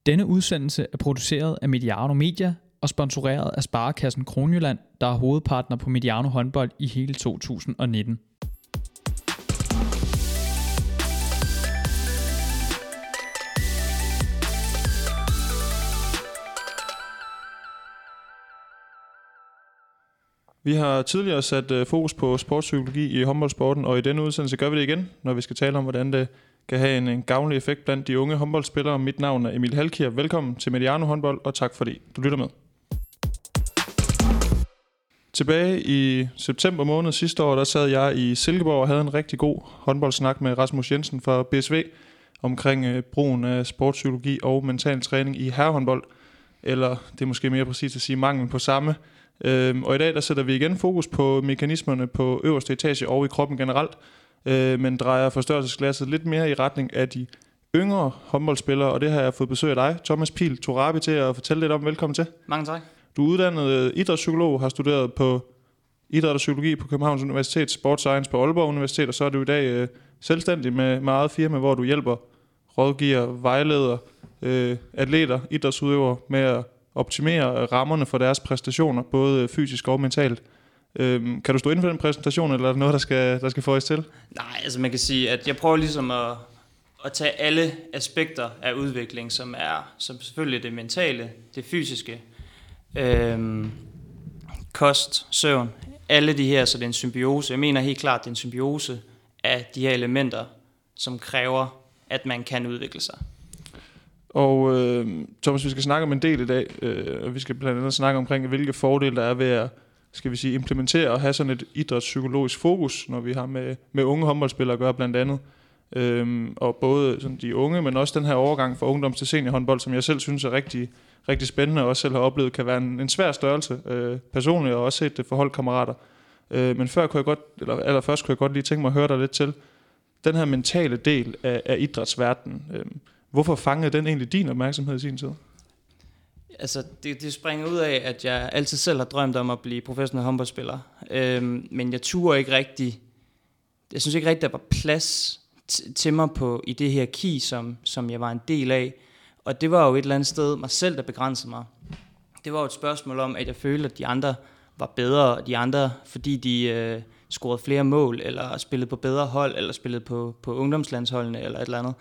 Denne udsendelse er produceret af Mediano Media og sponsoreret af Sparekassen Kronjylland, der er hovedpartner på Mediano håndbold i hele 2019. Vi har tidligere sat fokus på sportspsykologi i håndboldsporten, og i denne udsendelse gør vi det igen, når vi skal tale om, hvordan det kan have en gavnlig effekt blandt de unge håndboldspillere. Mit navn er Emil Halkier. Velkommen til Mediano håndbold, og tak fordi du lytter med. Tilbage i september måned sidste år, der sad jeg i Silkeborg og havde en rigtig god håndboldsnak med Rasmus Jensen fra BSV omkring brugen af sportspsykologi og mental træning i herrehåndbold, eller det er måske mere præcist at sige mangel på samme. Og i dag der sætter vi igen fokus på mekanismerne på øverste etage og i kroppen generelt, men drejer forstørrelsesglasset lidt mere i retning af de yngre håndboldspillere, og det har jeg fået besøg af dig, Thomas Pihl Torabi, til at fortælle lidt om. Velkommen til. Mange tak. Du er uddannet idrætspsykolog, har studeret på idræt og psykologi på Københavns Universitet, Sports Science på Aalborg Universitet, og så er du i dag selvstændig med eget firma, hvor du hjælper, rådgiver, vejleder, atleter, idrætsudøvere med at optimere rammerne for deres præstationer, både fysisk og mentalt. Kan du stå inden for den præsentation, eller er der noget, der skal føjes til? Nej, altså man kan sige, at jeg prøver ligesom at tage alle aspekter af udvikling, som selvfølgelig det mentale, det fysiske, kost, søvn, alle de her, så det er en symbiose. Jeg mener helt klart, det er en symbiose af de her elementer, som kræver, at man kan udvikle sig. Og Thomas, vi skal snakke om en del i dag, og vi skal blandt andet snakke omkring, hvilke fordele der er ved at, skal vi sige, implementere og have sådan et idrætspsykologisk fokus, når vi har med unge håndboldspillere at gøre blandt andet. Og både sådan de unge, men også den her overgang fra ungdoms til seniorhåndbold, som jeg selv synes er rigtig, rigtig spændende, og også selv har oplevet, kan være en svær størrelse personligt, og også set det for holdkammerater. Men allerførst kunne jeg godt lige tænke mig at høre dig lidt til den her mentale del af idrætsverdenen. Hvorfor fangede den egentlig din opmærksomhed i sin tid? Altså, det springer ud af, at jeg altid selv har drømt om at blive professionel håndboldspiller. Men jeg turde ikke rigtig. Jeg synes ikke rigtig, der var plads til mig i det hierarki, som jeg var en del af. Og det var jo et eller andet sted mig selv, der begrænsede mig. Det var jo et spørgsmål om, at jeg følte, at de andre var bedre, og de andre, fordi de scorede flere mål, eller spillede på bedre hold, eller spillede på ungdomslandsholdene, eller et eller andet.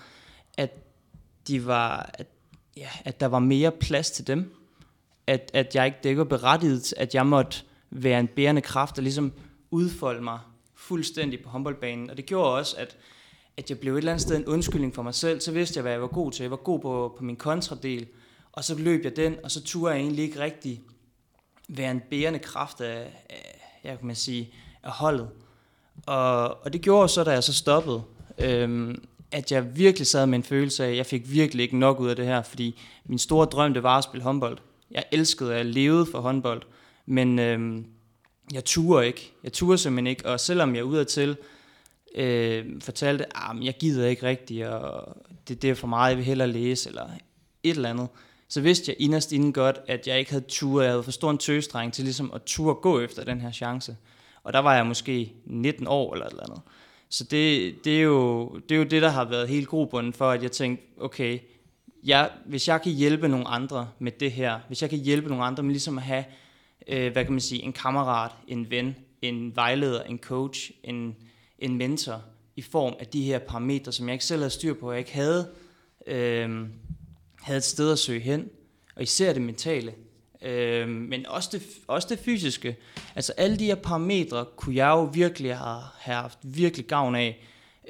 At der var mere plads til dem, at jeg ikke var berettiget, at jeg måtte være en bærende kraft og ligesom udfolde mig fuldstændig på håndboldbanen. Og det gjorde også, at jeg blev et eller andet sted en undskyldning for mig selv. Så vidste jeg, hvad jeg var god til. Jeg var god på min kontradel, og så løb jeg den, og så turde jeg egentlig ikke rigtig være en bærende kraft af holdet. Og det gjorde så, da jeg så stoppede, at jeg virkelig sad med en følelse af, at jeg fik virkelig ikke nok ud af det her, fordi min store drøm, det var at spille håndbold. Jeg elskede, at jeg levede for håndbold, men jeg turde ikke. Jeg turde simpelthen ikke, og selvom jeg udadtil fortalte, at jeg gider ikke rigtigt, og det er for meget, jeg vil hellere læse, eller et eller andet, så vidste jeg inderst inden godt, at jeg ikke havde turde. Jeg havde for stor en tøsdreng til ligesom at turde gå efter den her chance. Og der var jeg måske 19 år eller et eller andet. Så det er jo det, der har været helt grobunden for, at jeg tænkte, okay, hvis jeg kan hjælpe nogle andre med det her, hvis jeg kan hjælpe nogle andre med ligesom at have, en kammerat, en ven, en vejleder, en coach, en mentor, i form af de her parametre, som jeg ikke selv havde styr på, jeg ikke havde et sted at søge hen, og især det mentale, men også det fysiske. Altså alle de her parametre kunne jeg jo virkelig have haft virkelig gavn af,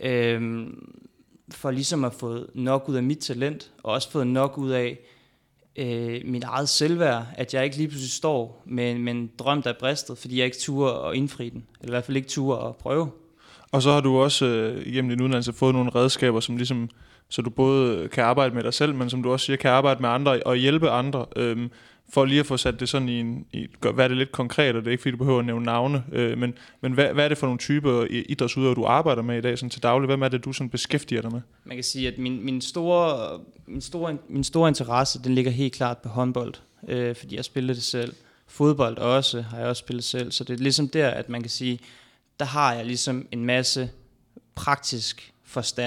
for ligesom at få nok ud af mit talent, og også fået nok ud af mit eget selvværd, at jeg ikke lige pludselig står med en drøm, der er bristet, fordi jeg ikke turde at indfri den, eller i hvert fald ikke turde at prøve. Og så har du også gennem din uddannelse fået nogle redskaber, som ligesom, så du både kan arbejde med dig selv, men som du også siger, kan arbejde med andre og hjælpe andre, for lige at få sat det sådan hvad er det lidt konkret, og det er ikke fordi du behøver at nævne navne, men hvad er det for nogle typer idrætsudøvere, du arbejder med i dag sådan til daglig? Hvem er det, du sådan beskæftiger dig med? Man kan sige, at min store interesse, den ligger helt klart på håndbold, fordi jeg spiller det selv. Fodbold også, har jeg også spillet selv, så det er ligesom der, at man kan sige, der har jeg ligesom en masse praktisk forstand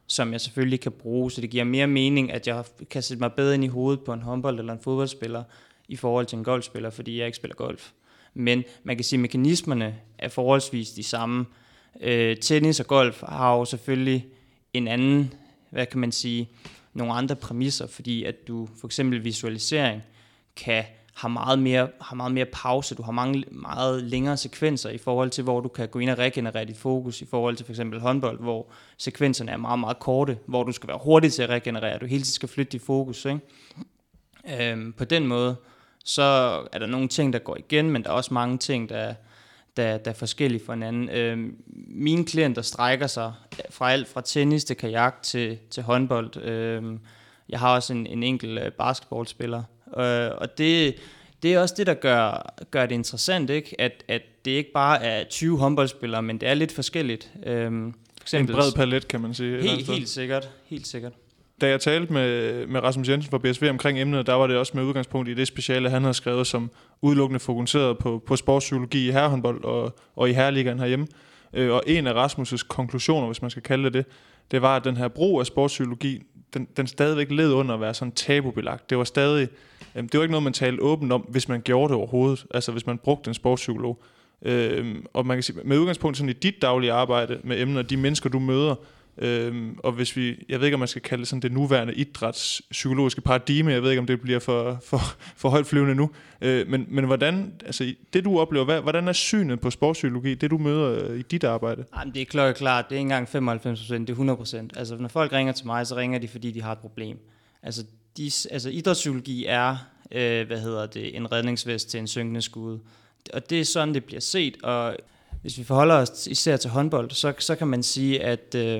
som jeg selvfølgelig kan bruge, så det giver mere mening, at jeg kan sætte mig bedre ind i hovedet på en håndbold eller en fodboldspiller i forhold til en golfspiller, fordi jeg ikke spiller golf. Men man kan sige, at mekanismerne er forholdsvis de samme. Tennis og golf har jo selvfølgelig en anden, hvad kan man sige, nogle andre præmisser, fordi at du for eksempel visualisering har meget mere pause, du har meget længere sekvenser i forhold til, hvor du kan gå ind og regenerere dit fokus, i forhold til for eksempel håndbold, hvor sekvenserne er meget, meget korte, hvor du skal være hurtig til at regenerere, du hele tiden skal flytte dit fokus, ikke? På den måde, så er der nogle ting, der går igen, men der er også mange ting, der er forskellige fra hinanden. Mine klienter strækker sig fra alt fra tennis til kajak til håndbold. Jeg har også en enkelt basketballspiller, og det er også det, der gør det interessant, ikke? At det ikke bare er 20 håndboldspillere, men det er lidt forskelligt. For eksempel, en bred palet, kan man sige. Helt sikkert. Da jeg talte med Rasmus Jensen fra BSV omkring emnet, der var det også med udgangspunkt i det speciale, han havde skrevet, som udelukkende fokuseret på sportspsykologi i herrehåndbold og i herreligaen herhjemme. Og en af Rasmus' konklusioner, hvis man skal kalde det, det var, at den her brug af sportspsykologi, den stadigvæk led under at være sådan tabubelagt. Det var stadig, det var ikke noget, man talte åbent om, hvis man gjorde det overhovedet. Altså hvis man brugte en sportspsykolog. Og man kan sige, med udgangspunkt sådan i dit daglige arbejde med emner, de mennesker du møder, og hvis jeg ved ikke, om man skal kalde det sådan det nuværende idrætspsykologiske paradigme, jeg ved ikke, om det bliver for højt flyvende nu, men hvordan, altså det du oplever, hvordan er synet på sportspsykologi, det du møder i dit arbejde? Jamen, det er klart, det er ikke engang 95%, det er 100%. Altså når folk ringer til mig, så ringer de, fordi de har et problem. Altså idrætspsykologi er, en redningsvest til en synkende skude. Og det er sådan, det bliver set, og hvis vi forholder os især til håndbold, så kan man sige, at der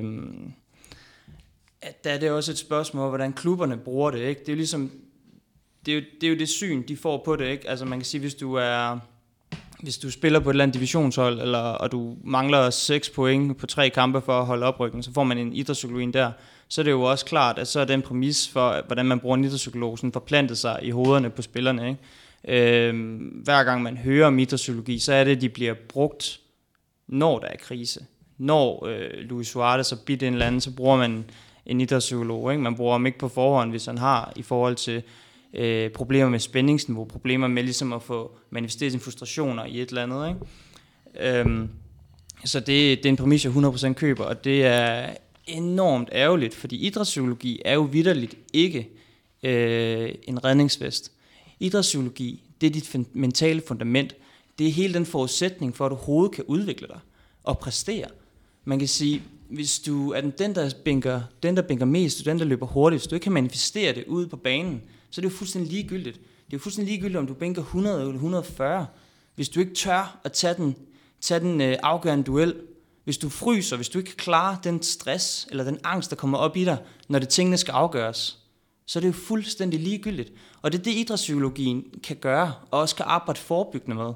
er det også et spørgsmål om, hvordan klubberne bruger det, ikke? Det er jo ligesom, det er jo det syn, de får på det, ikke? Altså man kan sige, hvis du spiller på et eller andet divisionshold, og du mangler 6 point på 3 kampe for at holde oprykning, så får man en idrætspsykolog der, så er det jo også klart, at så er den præmis for, hvordan man bruger en idrætspsykolog, sådan forplantet sig i hovederne på spillerne, ikke? Hver gang man hører om idrætspsykologi, så er det, at de bliver brugt, når der er krise. Når Luis Suarez har bidt en eller anden, så bruger man en idrætspsykolog, ikke? Man bruger ham ikke på forhånd, hvis han har i forhold til problemer med spændingsniveau, problemer med ligesom at få manifesteret sine frustrationer i et eller andet, ikke? Så det er en præmis, jeg 100% køber, og det er enormt ærgerligt, fordi idrætspsykologi er jo vitterligt ikke en redningsvest. Idrætspsykologi, det er dit mentale fundament. Det er hele den forudsætning for, at du overhovedet kan udvikle dig og præstere. Man kan sige, hvis du er den der bænker mest, den der løber hurtigt, hvis du ikke kan manifestere det ud på banen, så er det jo fuldstændig ligegyldigt. Det er jo fuldstændig ligegyldigt, om du bænker 100 eller 140. Hvis du ikke tør at tage den afgørende duel, hvis du fryser, hvis du ikke kan klare den stress eller den angst, der kommer op i dig, når det tingene skal afgøres, så er det jo fuldstændig ligegyldigt. Og det er det, idrætspsykologien kan gøre, og også kan arbejde forebyggende med.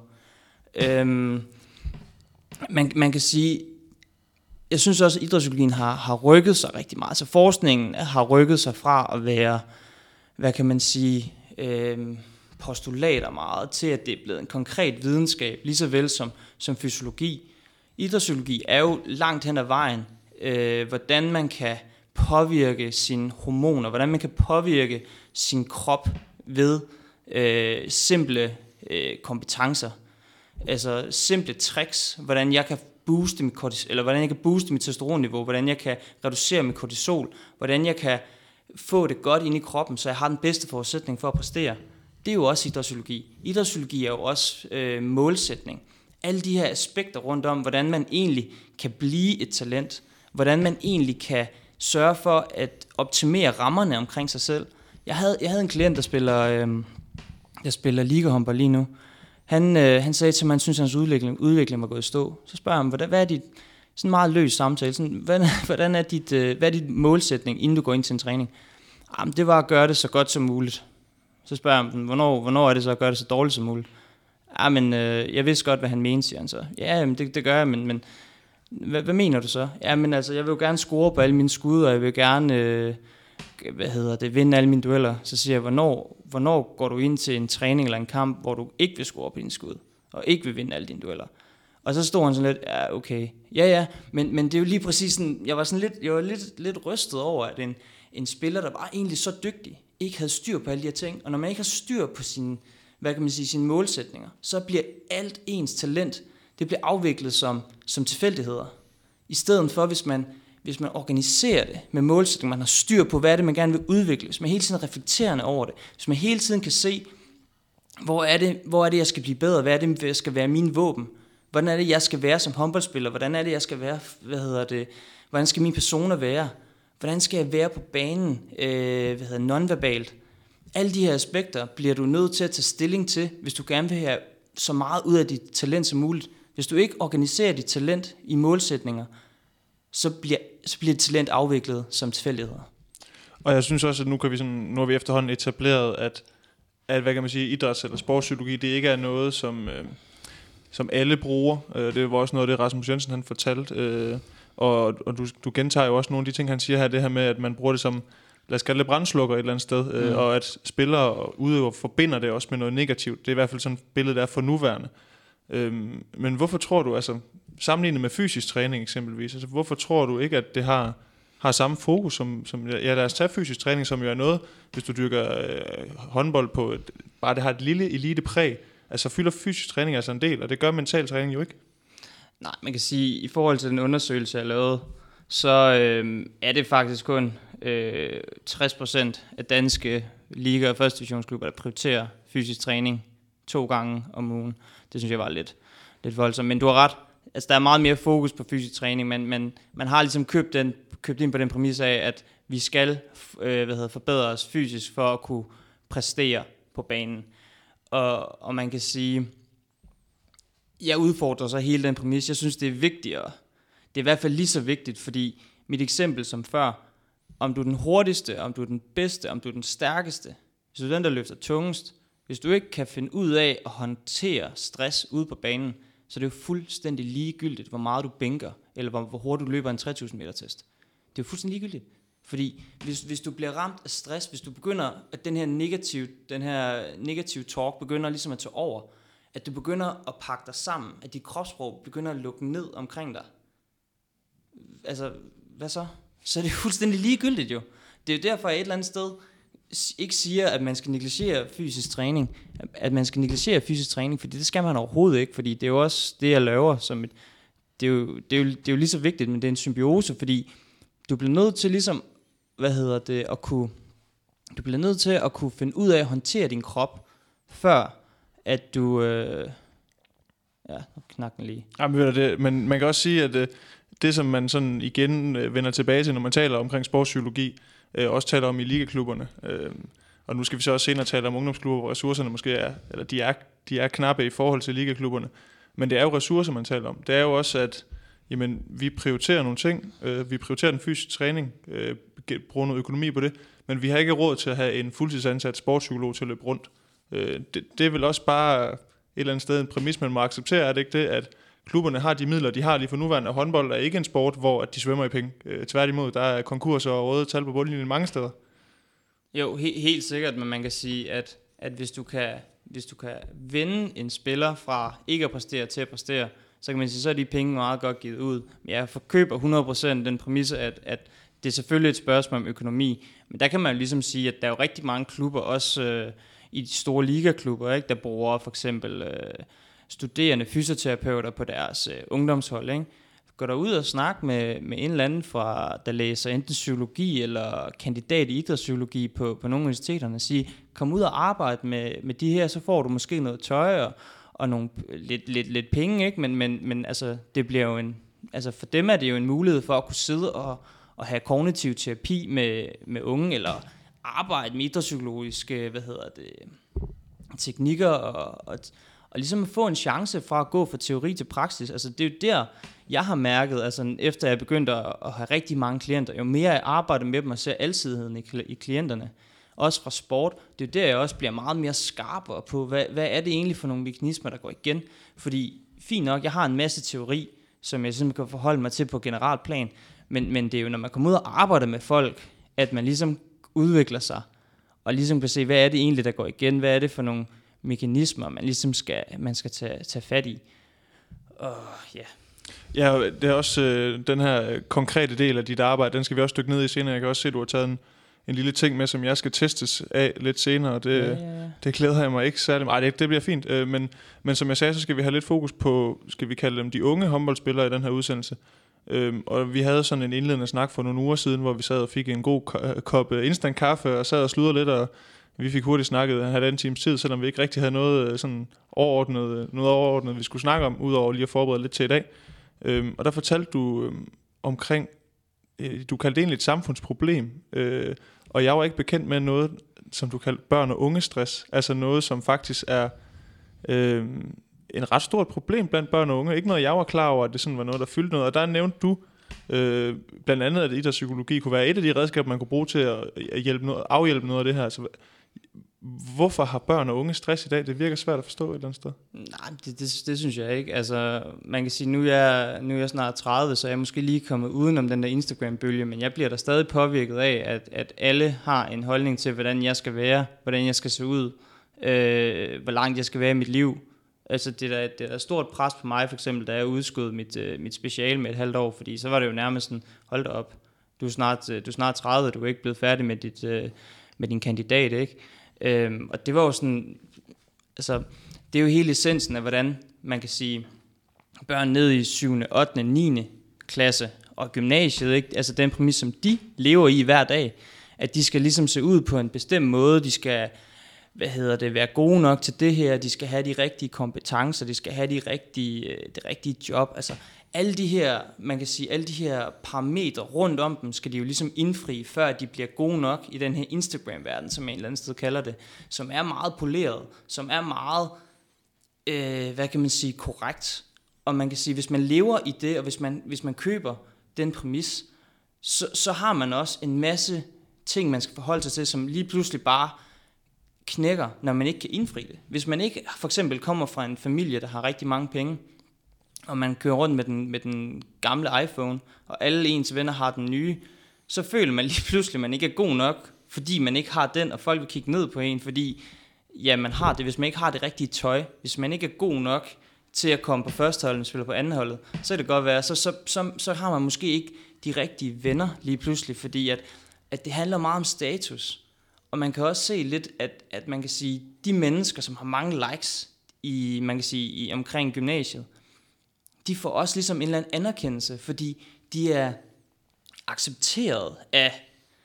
Man kan sige, jeg synes også, at idrætspsykologien har rykket sig rigtig meget. Så forskningen har rykket sig fra at være, hvad kan man sige, postulater meget, til at det er blevet en konkret videnskab, lige så vel som fysiologi. Idrætspsykologi er jo langt hen ad vejen, hvordan man kan påvirke sine hormoner, hvordan man kan påvirke sin krop ved simple kompetencer. Altså simple tricks, hvordan jeg kan booste mit testosteronniveau, hvordan jeg kan reducere mit kortisol, hvordan jeg kan få det godt ind i kroppen, så jeg har den bedste forudsætning for at præstere. Det er jo også idrætspsykologi. Idrætspsykologi er jo også målsætning. Alle de her aspekter rundt om, hvordan man egentlig kan blive et talent, hvordan man egentlig kan sørge for at optimere rammerne omkring sig selv. Jeg havde en klient, der spiller ligahåndbold lige nu. Han sagde til mig, at han synes, at hans udvikling var gået i stå. Så spørger jeg ham, hvad er dit, sådan en meget løs samtale, sådan, hvad er dit målsætning, inden du går ind til en træning? Jamen, det var at gøre det så godt som muligt. Så spørger jeg ham, hvornår er det så at gøre det så dårligt som muligt? Jamen, jeg vidste godt, hvad han mente, siger han så. Ja, jamen, det gør jeg, men hvad mener du så? Jamen, altså, jeg vil jo gerne score på alle mine skud, og jeg vil gerne vinde alle mine dueller. Så siger jeg, hvornår går du ind til en træning eller en kamp, hvor du ikke vil score på dine skud, og ikke vil vinde alle dine dueller? Og så stod han sådan lidt, ja, okay, ja, men det er jo lige præcis sådan, jeg var lidt rystet over, at en spiller, der var egentlig så dygtig, ikke havde styr på alle de her ting. Og når man ikke har styr på sine målsætninger, så bliver alt ens talent, det bliver afviklet som tilfældigheder. I stedet for, hvis man organiserer det med målsætninger, man har styr på, hvad er det, man gerne vil udvikle, hvis man hele tiden er reflekterende over det, hvis man hele tiden kan se, hvor er det, jeg skal blive bedre, hvad er det, jeg skal være mine våben, hvordan er det, jeg skal være som håndboldspiller, hvordan er det, jeg skal være, hvordan skal min persona være, hvordan skal jeg være på banen, nonverbalt. Alle de her aspekter bliver du nødt til at tage stilling til, hvis du gerne vil have så meget ud af dit talent som muligt. Hvis du ikke organiserer dit talent i målsætninger, så bliver dit talent afviklet som tilfældigheder. Og jeg synes også, at nu har vi efterhånden etableret, at hvad kan man sige, idræts- eller sportspsykologi, det ikke er noget, som alle bruger. Det var også noget af det, Rasmus Jensen han fortalte. Og du gentager jo også nogle af de ting, han siger her, det her med, at man bruger det som, lad os kalde det brandslukker et eller andet sted, og at spillere og udøvere forbinder det også med noget negativt. Det er i hvert fald sådan et billede, der er for nuværende. Men hvorfor tror du, altså sammenlignet med fysisk træning eksempelvis, altså hvorfor tror du ikke, at det har samme fokus som lad os tage fysisk træning, som jo er noget, hvis du dyrker håndbold på, bare det har et lille elitepræg, altså fylder fysisk træning altså en del, og det gør mental træning jo ikke. Nej, man kan sige, i forhold til den undersøgelse, jeg lavede, så er det faktisk kun 60% af danske liga- og første divisionsklubber, der prioriterer fysisk træning 2 gange om ugen. Det synes jeg var lidt voldsomt, men du har ret. Altså, der er meget mere fokus på fysisk træning, men man har ligesom købt ind på den præmis af, at vi skal forbedre os fysisk for at kunne præstere på banen. Og man kan sige, jeg udfordrer så hele den præmis. Jeg synes, det er vigtigere. Det er i hvert fald lige så vigtigt, fordi mit eksempel som før, om du er den hurtigste, om du er den bedste, om du er den stærkeste, hvis du er den, der løfter tungest, hvis du ikke kan finde ud af at håndtere stress ude på banen, så det er jo fuldstændig ligegyldigt, hvor meget du bænker, eller hvor hurtigt du løber en 3000 meter test. Det er jo fuldstændig ligegyldigt. Fordi hvis du bliver ramt af stress, hvis du begynder, at den her negative talk begynder ligesom at tage over, at du begynder at pakke dig sammen, at dit kropssprog begynder at lukke ned omkring dig, altså, hvad så? Så er det fuldstændig ligegyldigt jo. Det er jo derfor, jeg et eller andet sted ikke siger, at man skal negligere fysisk træning. Fordi det skal man overhovedet ikke, fordi det er jo også det, jeg laver som det er jo lige så vigtigt, men det er en symbiose, fordi du bliver nødt til ligesom, du bliver nødt til at kunne finde ud af at håndtere din krop, før at du, knak den lige. Men man kan også sige, at det som man sådan igen vender tilbage til, når man taler omkring sportspsykologi, også taler om i ligaklubberne, og nu skal vi så også senere tale om ungdomsklubber, hvor ressourcerne måske er, eller de er knappe i forhold til ligaklubberne, men det er jo ressourcer, man taler om. Det er jo også, at jamen, vi prioriterer nogle ting, vi prioriterer den fysiske træning, bruger noget økonomi på det, men vi har ikke råd til at have en fuldtidsansat sportspsykolog til at løbe rundt. Det er vel også bare et eller andet sted en præmis, man må acceptere, er det ikke det, at klubberne har de midler, de har lige for nuværende, og håndbold er ikke en sport, hvor de svømmer i penge. Tværtimod, der er konkurser og røde tal på bundlinjen mange steder. Jo, helt sikkert, men man kan sige, at hvis du kan vende en spiller fra ikke at præstere til at præstere, så kan man sige, så er de penge meget godt givet ud. Men jeg forkøber 100% den præmisse, at det er selvfølgelig et spørgsmål om økonomi, men der kan man jo ligesom sige, at der er jo rigtig mange klubber, også i de store ligaklubber, ikke, der bruger for eksempel studerende fysioterapeuter på deres ungdomshold, ikke? Gå der ud og snakke med en eller anden, der læser enten psykologi eller kandidat i idrætspsykologi på nogle universiteterne, og sige, kom ud og arbejde med de her, så får du måske noget tøj og nogle lidt penge, ikke? Men altså, det bliver jo for dem er det jo en mulighed for at kunne sidde og have kognitiv terapi med unge, eller arbejde med idrætspsykologiske, teknikker, og ligesom at få en chance fra at gå fra teori til praksis. Altså det er jo der, jeg har mærket, altså efter jeg begyndte at have rigtig mange klienter, jo mere jeg arbejder med dem og ser alsidigheden i klienterne, også fra sport, det er jo der, jeg også bliver meget mere skarpere på, hvad er det egentlig for nogle mekanismer, der går igen. Fordi fint nok, jeg har en masse teori, som jeg simpelthen kan forholde mig til på generelt plan, men det er jo, når man kommer ud og arbejder med folk, at man ligesom udvikler sig, og ligesom kan se, hvad er det egentlig, der går igen, hvad er det for nogle mekanismer, man ligesom skal tage fat i. Ja. Ja, det er også den her konkrete del af dit arbejde, den skal vi også dykke ned i senere. Jeg kan også se, at du har taget en lille ting med, som jeg skal testes af lidt senere, og det glæder jeg mig ikke særlig meget. Det bliver fint, men som jeg sagde, så skal vi have lidt fokus på, skal vi kalde dem de unge håndboldspillere i den her udsendelse. Og vi havde sådan en indledende snak for nogle uger siden, hvor vi sad og fik en god kop instant kaffe og sad og sludrede lidt, og vi fik hurtigt snakket en halvanden times tid, selvom vi ikke rigtig havde noget sådan overordnet, vi skulle snakke om, udover lige at forberede lidt til i dag. Og der fortalte du omkring, du kaldte det egentlig et samfundsproblem, og jeg var ikke bekendt med noget, som du kaldte børn- og ungestress, altså noget, som faktisk er en ret stort problem blandt børn og unge. Ikke noget, jeg var klar over, at det sådan var noget, der fyldte noget, og der nævnte du blandt andet, at idrætspsykologi kunne være et af de redskaber, man kunne bruge til at afhjælpe noget af det her. Altså, hvorfor har børn og unge stress i dag? Det virker svært at forstå et eller andet sted. Nej, det synes jeg ikke. Altså, man kan sige, nu er jeg snart 30, så jeg er måske lige kommet udenom den der Instagram-bølge, men jeg bliver der stadig påvirket af, at alle har en holdning til, hvordan jeg skal være, hvordan jeg skal se ud, hvor langt jeg skal være i mit liv. Altså, det er et stort pres på mig, for eksempel, da jeg udskød mit speciale med et halvt år, fordi så var det jo nærmest sådan, hold da op, du er snart 30, du er ikke blevet færdig med din kandidat, ikke? Og det var jo sådan, altså, det er jo hele essensen af, hvordan man kan sige, børn ned i 7., 8., 9. klasse og gymnasiet, ikke? Altså den præmis, som de lever i hver dag, at de skal ligesom se ud på en bestemt måde, de skal, være gode nok til det her, de skal have de rigtige kompetencer, de skal have det rigtige job, altså alle de her, man kan sige, alle de her parametre rundt om dem, skal de jo ligesom indfri, før de bliver gode nok i den her Instagram-verden, som en eller anden sted kalder det, som er meget poleret, som er meget, korrekt. Og man kan sige, hvis man lever i det, og hvis man køber den præmis, så har man også en masse ting, man skal forholde sig til, som lige pludselig bare knækker, når man ikke kan indfri det. Hvis man ikke for eksempel kommer fra en familie, der har rigtig mange penge, og man kører rundt med den gamle iPhone, og alle ens venner har den nye, så føler man lige pludselig, at man ikke er god nok, fordi man ikke har den, og folk vil kigge ned på en, fordi ja, man har det, hvis man ikke har det rigtige tøj, hvis man ikke er god nok til at komme på førsteholdet, og spille på andenholdet, så kan det godt være, så har man måske ikke de rigtige venner lige pludselig, fordi at det handler meget om status. Og man kan også se lidt, at man kan sige, de mennesker, som har mange likes i omkring gymnasiet, de får også ligesom en eller anden anerkendelse, fordi de er accepteret af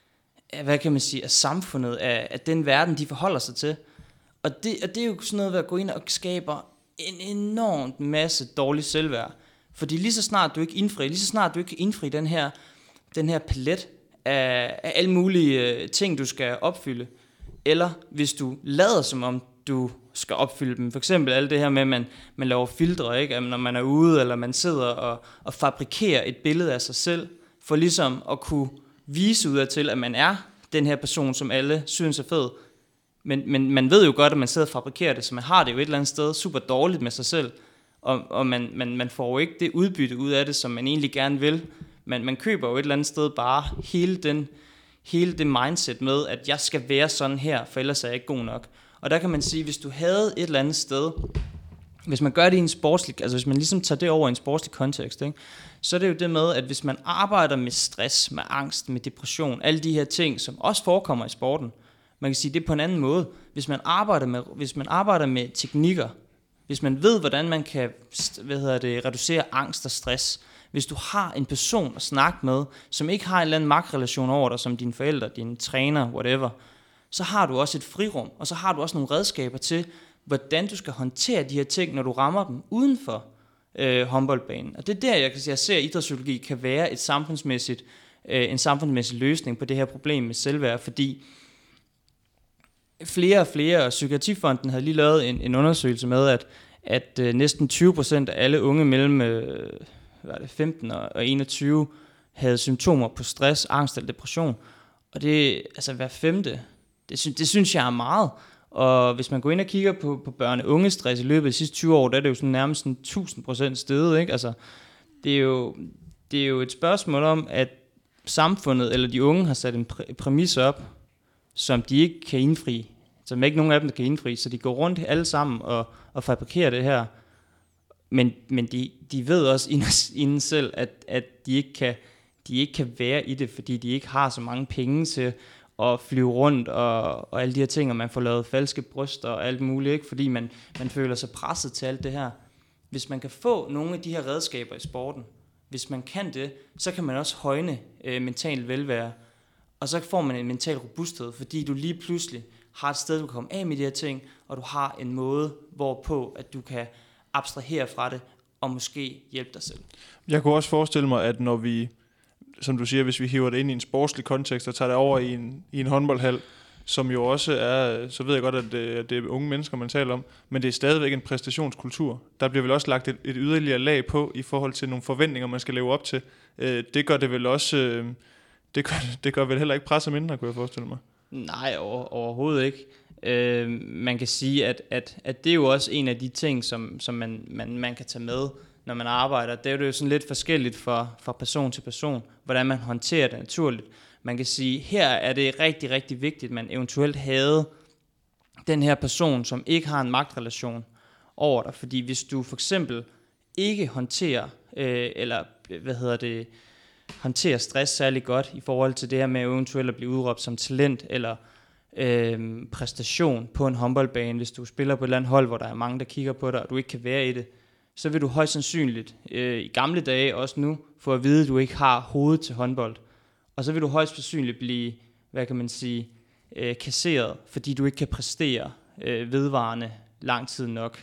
af samfundet, af den verden, de forholder sig til. Og det er jo sådan noget ved at gå ind og skaber en enormt masse dårlig selvværd. Fordi lige så snart du ikke kan indfri den her palet af alle mulige ting, du skal opfylde, eller hvis du lader som om du skal opfylde dem. For eksempel alt det her med, at man laver filtre, ikke? Når man er ude, eller man sidder og fabrikerer et billede af sig selv, for ligesom at kunne vise ud af til, at man er den her person, som alle synes er fed. Men man ved jo godt, at man sidder og fabrikerer det, så man har det jo et eller andet sted super dårligt med sig selv, og man får jo ikke det udbytte ud af det, som man egentlig gerne vil. Man køber jo et eller andet sted bare hele det mindset med, at jeg skal være sådan her, for ellers er jeg ikke god nok. Og der kan man sige, hvis du havde et eller andet sted, hvis man gør det i en sportslig, altså hvis man ligesom tager det over i en sportslig kontekst, ikke, så er det jo det med, at hvis man arbejder med stress, med angst, med depression, alle de her ting, som også forekommer i sporten, man kan sige det på en anden måde. Hvis man arbejder med teknikker, hvis man ved, hvordan man kan reducere angst og stress, hvis du har en person at snakke med, som ikke har en eller anden magtrelation over dig, som dine forældre, dine træner, whatever, så har du også et frirum, og så har du også nogle redskaber til, hvordan du skal håndtere de her ting, når du rammer dem uden for håndboldbanen. Og det er der, jeg ser, at idrætspsykologi kan være en samfundsmæssig løsning på det her problem med selvværd, fordi flere og flere, og Psykiatrifonden havde lige lavet en undersøgelse med, at næsten 20% af alle unge mellem 15 og 21 havde symptomer på stress, angst eller depression. Og det altså hver femte. Det synes jeg er meget. Og hvis man går ind og kigger på børne- og ungestress i løbet af de sidste 20 år, der er det jo sådan nærmest 1000% steget, ikke? Altså, det er jo et spørgsmål om, at samfundet eller de unge har sat en præmis op, som de ikke kan indfri, som ikke nogen af dem kan indfri, så de går rundt alle sammen og fabrikerer det her. Men de ved også inden selv, at de ikke kan være i det, fordi de ikke har så mange penge til at flyve rundt og alle de her ting, og man får lavet falske bryster og alt muligt, ikke? Fordi man føler sig presset til alt det her. Hvis man kan få nogle af de her redskaber i sporten, hvis man kan det, så kan man også højne mental velvære, og så får man en mental robusthed, fordi du lige pludselig har et sted, du kan komme af med de her ting, og du har en måde, hvorpå at du kan abstrahere fra det, og måske hjælpe dig selv. Jeg kunne også forestille mig, at når vi, som du siger, hvis vi hiver det ind i en sportslig kontekst og tager det over i en håndboldhal, som jo også er, så ved jeg godt, at det er unge mennesker, man taler om, men det er stadigvæk en præstationskultur. Der bliver vel også lagt et yderligere lag på i forhold til nogle forventninger, man skal leve op til. Det gør det vel også, det gør vel heller ikke presset mindre, kunne jeg forestille mig. Nej, overhovedet ikke. Man kan sige, at det er jo også en af de ting, som man kan tage med, når man arbejder. Det er jo sådan lidt forskelligt fra person til person, hvordan man håndterer det naturligt. Man kan sige, her er det rigtig, rigtig vigtigt, at man eventuelt havde den her person, som ikke har en magtrelation over dig. Fordi hvis du for eksempel ikke håndterer, håndterer stress særlig godt i forhold til det her med eventuelt at blive udråbt som talent eller præstation på en håndboldbane, hvis du spiller på et eller andet hold, hvor der er mange, der kigger på dig, og du ikke kan være i det, så vil du højst sandsynligt i gamle dage, også nu, få at vide, at du ikke har hovedet til håndbold. Og så vil du højst sandsynligt blive, kasseret, fordi du ikke kan præstere vedvarende lang tid nok.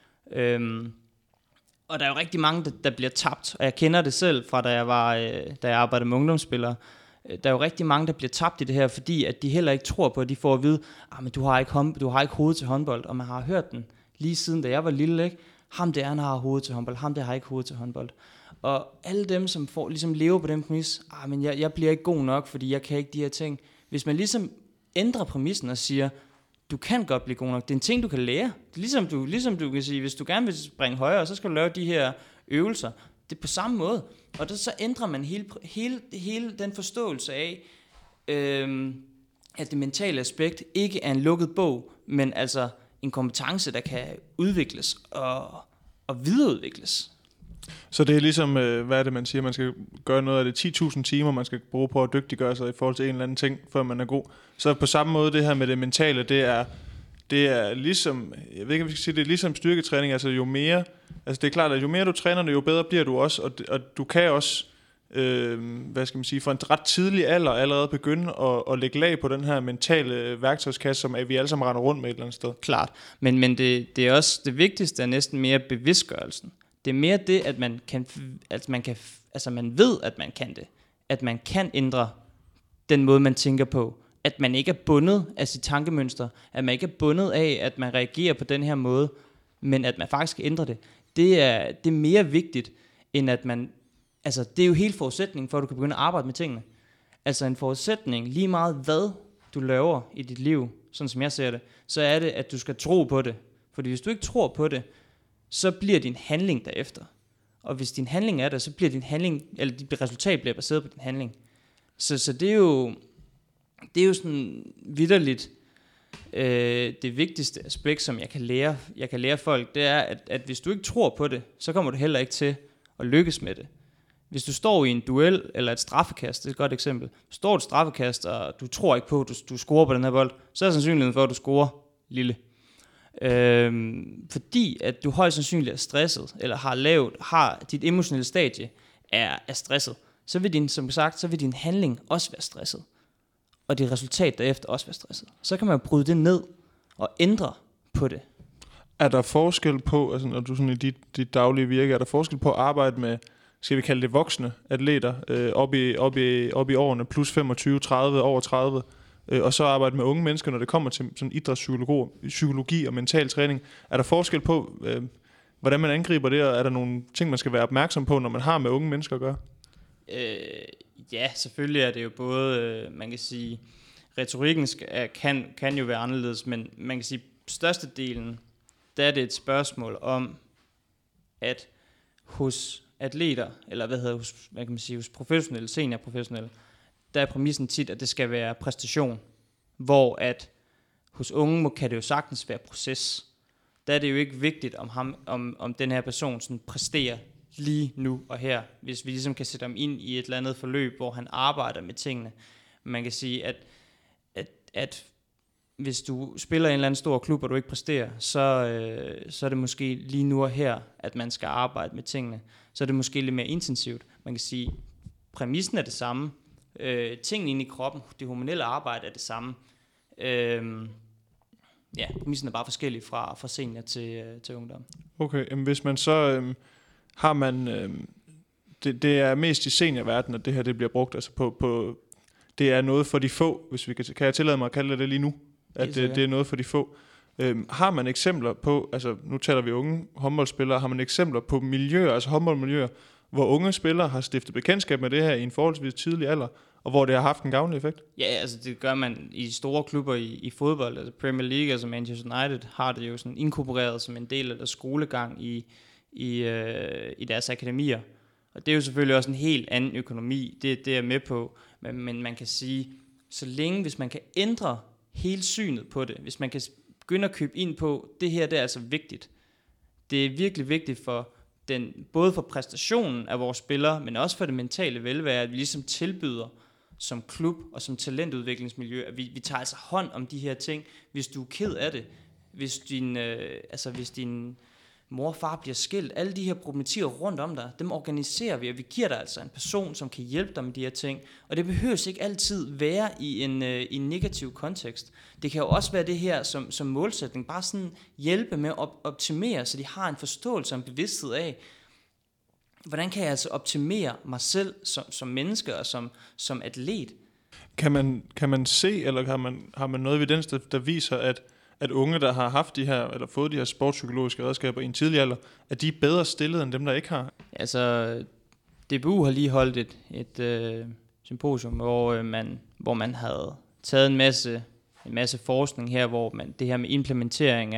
Og der er jo rigtig mange, der bliver tabt, og jeg kender det selv fra, da jeg arbejdede med ungdomsspillere. Der er jo rigtig mange, der bliver tabt i det her, fordi at de heller ikke tror på, at de får at vide, men du har ikke hoved til håndbold, og man har hørt den lige siden, da jeg var lille, ikke? Ham der, han har hoved til håndbold, ham der har ikke hoved til håndbold. Og alle dem, som ligesom lever på den præmis, men jeg bliver ikke god nok, fordi jeg kan ikke de her ting. Hvis man ligesom ændrer præmissen og siger, du kan godt blive god nok, det er en ting, du kan lære. Det er ligesom du kan sige, hvis du gerne vil springe højere, så skal du lave de her øvelser. Det er på samme måde. Og så ændrer man hele den forståelse af, at det mentale aspekt ikke er en lukket bog, men altså en kompetence, der kan udvikles og videreudvikles. Så det er ligesom, hvad er det man siger, man skal gøre noget af det 10.000 timer, man skal bruge på at dygtiggøre sig i forhold til en eller anden ting, før man er god. Så på samme måde det her med det mentale, det er ligesom, jeg ved ikke, om vi skal sige, det er ligesom styrketræning, altså jo mere, altså det er klart, at jo mere du træner det, jo bedre bliver du også, og du kan også, fra en ret tidlig alder allerede begynde at lægge lag på den her mentale værktøjskasse, som vi alle sammen render rundt med et eller andet sted. Klart, men det er også det vigtigste er næsten mere bevidstgørelsen. Det er mere det, at man ved, at man kan det. At man kan ændre den måde, man tænker på. At man ikke er bundet af sit tankemønster. At man ikke er bundet af, at man reagerer på den her måde. Men at man faktisk kan ændre det. Det er mere vigtigt, end at man... Altså, det er jo hele forudsætningen for, at du kan begynde at arbejde med tingene. Altså en forudsætning, lige meget hvad du laver i dit liv, sådan som jeg ser det, så er det, at du skal tro på det. Fordi hvis du ikke tror på det, så bliver din handling derefter. Og hvis din handling er der, så bliver din handling, eller dit resultat bliver baseret på din handling. Så det er jo sådan vitterligt det vigtigste aspekt, som jeg kan lære folk, det er, at hvis du ikke tror på det, så kommer du heller ikke til at lykkes med det. Hvis du står i en duel eller et straffekast, det er et godt eksempel. Du står i et straffekast, og du tror ikke på, at du scorer på den her bold, så er sandsynligheden for, at du scorer lille. Fordi at du højst sandsynligt er stresset, eller har dit emotionelle stadie er stresset, så vil din handling også være stresset, og dit resultat derefter også være stresset. Så kan man bryde det ned og ændre på det. Er der forskel på, altså når du sådan i dit daglige virke, er der forskel på at arbejde med, skal vi kalde det voksne atleter, op i årene, plus 25, 30, over 30, og så arbejde med unge mennesker, når det kommer til sådan idrætspsykologi og mental træning? Er der forskel på, hvordan man angriber det, og er der nogle ting, man skal være opmærksom på, når man har med unge mennesker at gøre? Ja, selvfølgelig er det jo både, man kan sige, retorikken kan jo være anderledes, men man kan sige, størstedelen, der er det et spørgsmål om, at hos atleter, eller hos professionelle, seniorprofessionelle, der er præmissen tit, at det skal være præstation, hvor at hos unge kan det jo sagtens være proces. der er det jo ikke vigtigt, om den her person sådan præsterer lige nu og her, hvis vi ligesom kan sætte ham ind i et eller andet forløb, hvor han arbejder med tingene. Man kan sige, at hvis du spiller i en eller anden stor klub, og du ikke præsterer, så er det måske lige nu og her, at man skal arbejde med tingene. Så er det måske lidt mere intensivt. Man kan sige, præmissen er det samme. Tingene inde i kroppen, det hormonelle arbejde er det samme. Præmissen er bare forskellig fra senior til ungdom. Okay, men hvis man så har man... det er mest i seniorverdenen, at det her det bliver brugt. Altså på det er noget for de få, hvis vi kan jeg tillade mig at kalde det lige nu, at det er noget for de få. Har man eksempler på, altså nu taler vi unge håndboldspillere, har man eksempler på miljøer, altså håndboldmiljøer, hvor unge spillere har stiftet bekendtskab med det her i en forholdsvis tidlig alder, og hvor det har haft en gavnlig effekt? Ja, altså det gør man i store klubber i fodbold, altså Premier League, altså Manchester United, har det jo sådan inkorporeret som en del af deres skolegang i deres akademier. Og det er jo selvfølgelig også en helt anden økonomi, det er jeg med på, men man kan sige, så længe hvis man kan ændre hele synet på det, hvis man kan begynde at købe ind på, det her det er altså vigtigt. Det er virkelig vigtigt for både for præstationen af vores spillere, men også for det mentale velvære, at vi ligesom tilbyder som klub og som talentudviklingsmiljø, at vi tager altså hånd om de her ting, hvis du er ked af det, hvis din mor og far bliver skilt, alle de her problematikker rundt om dig, dem organiserer vi, og vi giver dig altså en person, som kan hjælpe dig med de her ting, og det behøves ikke altid være i en negativ kontekst. Det kan jo også være det her som målsætning, bare sådan hjælpe med at optimere, så de har en forståelse og en bevidsthed af, hvordan kan jeg altså optimere mig selv som menneske og som atlet? Kan man se, eller har man noget evidens, der viser, at unge, der har haft de her, eller fået de her sportspsykologiske redskaber i en tidlig alder, at de er bedre stillet end dem, der ikke har? Altså, DBU har lige holdt et symposium, hvor man havde taget en masse forskning her, hvor man det her med implementering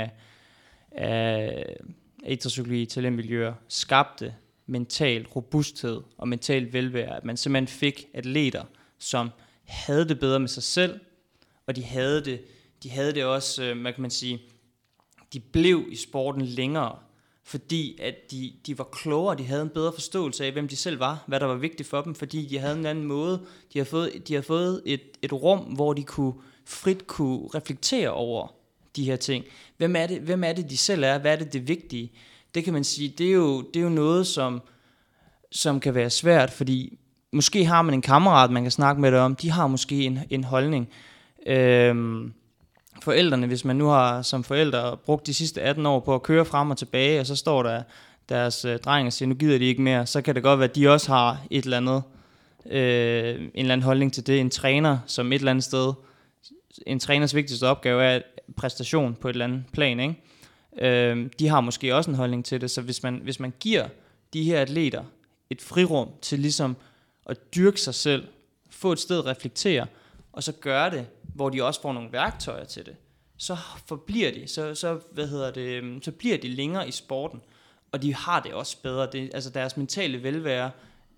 af idrætspsykologi i talentmiljøer skabte mental robusthed og mental velvære, at man simpelthen fik atleter, som havde det bedre med sig selv, og de havde det også, hvad kan man sige, de blev i sporten længere, fordi at de var klogere, de havde en bedre forståelse af, hvem de selv var, hvad der var vigtigt for dem, fordi de havde en anden måde, de har fået et rum, hvor de frit kunne reflektere over de her ting. Hvem er det, de selv er? Hvad er det vigtige? Det kan man sige, det er jo noget, som kan være svært, fordi måske har man en kammerat, man kan snakke med det om, de har måske en holdning. Forældrene, hvis man nu har som forældre brugt de sidste 18 år på at køre frem og tilbage, og så står der deres dreng og siger, nu gider de ikke mere, så kan det godt være, at de også har et eller andet, en eller anden holdning til det. En træner, som et eller andet sted, en træners vigtigste opgave er præstation på et eller andet plan, ikke? De har måske også en holdning til det, så hvis man giver de her atleter et frirum til ligesom at dyrke sig selv, få et sted at reflektere, og så gøre det, hvor de også får nogle værktøjer til det, så forbliver de, så bliver de længere i sporten, og de har det også bedre. Altså deres mentale velvære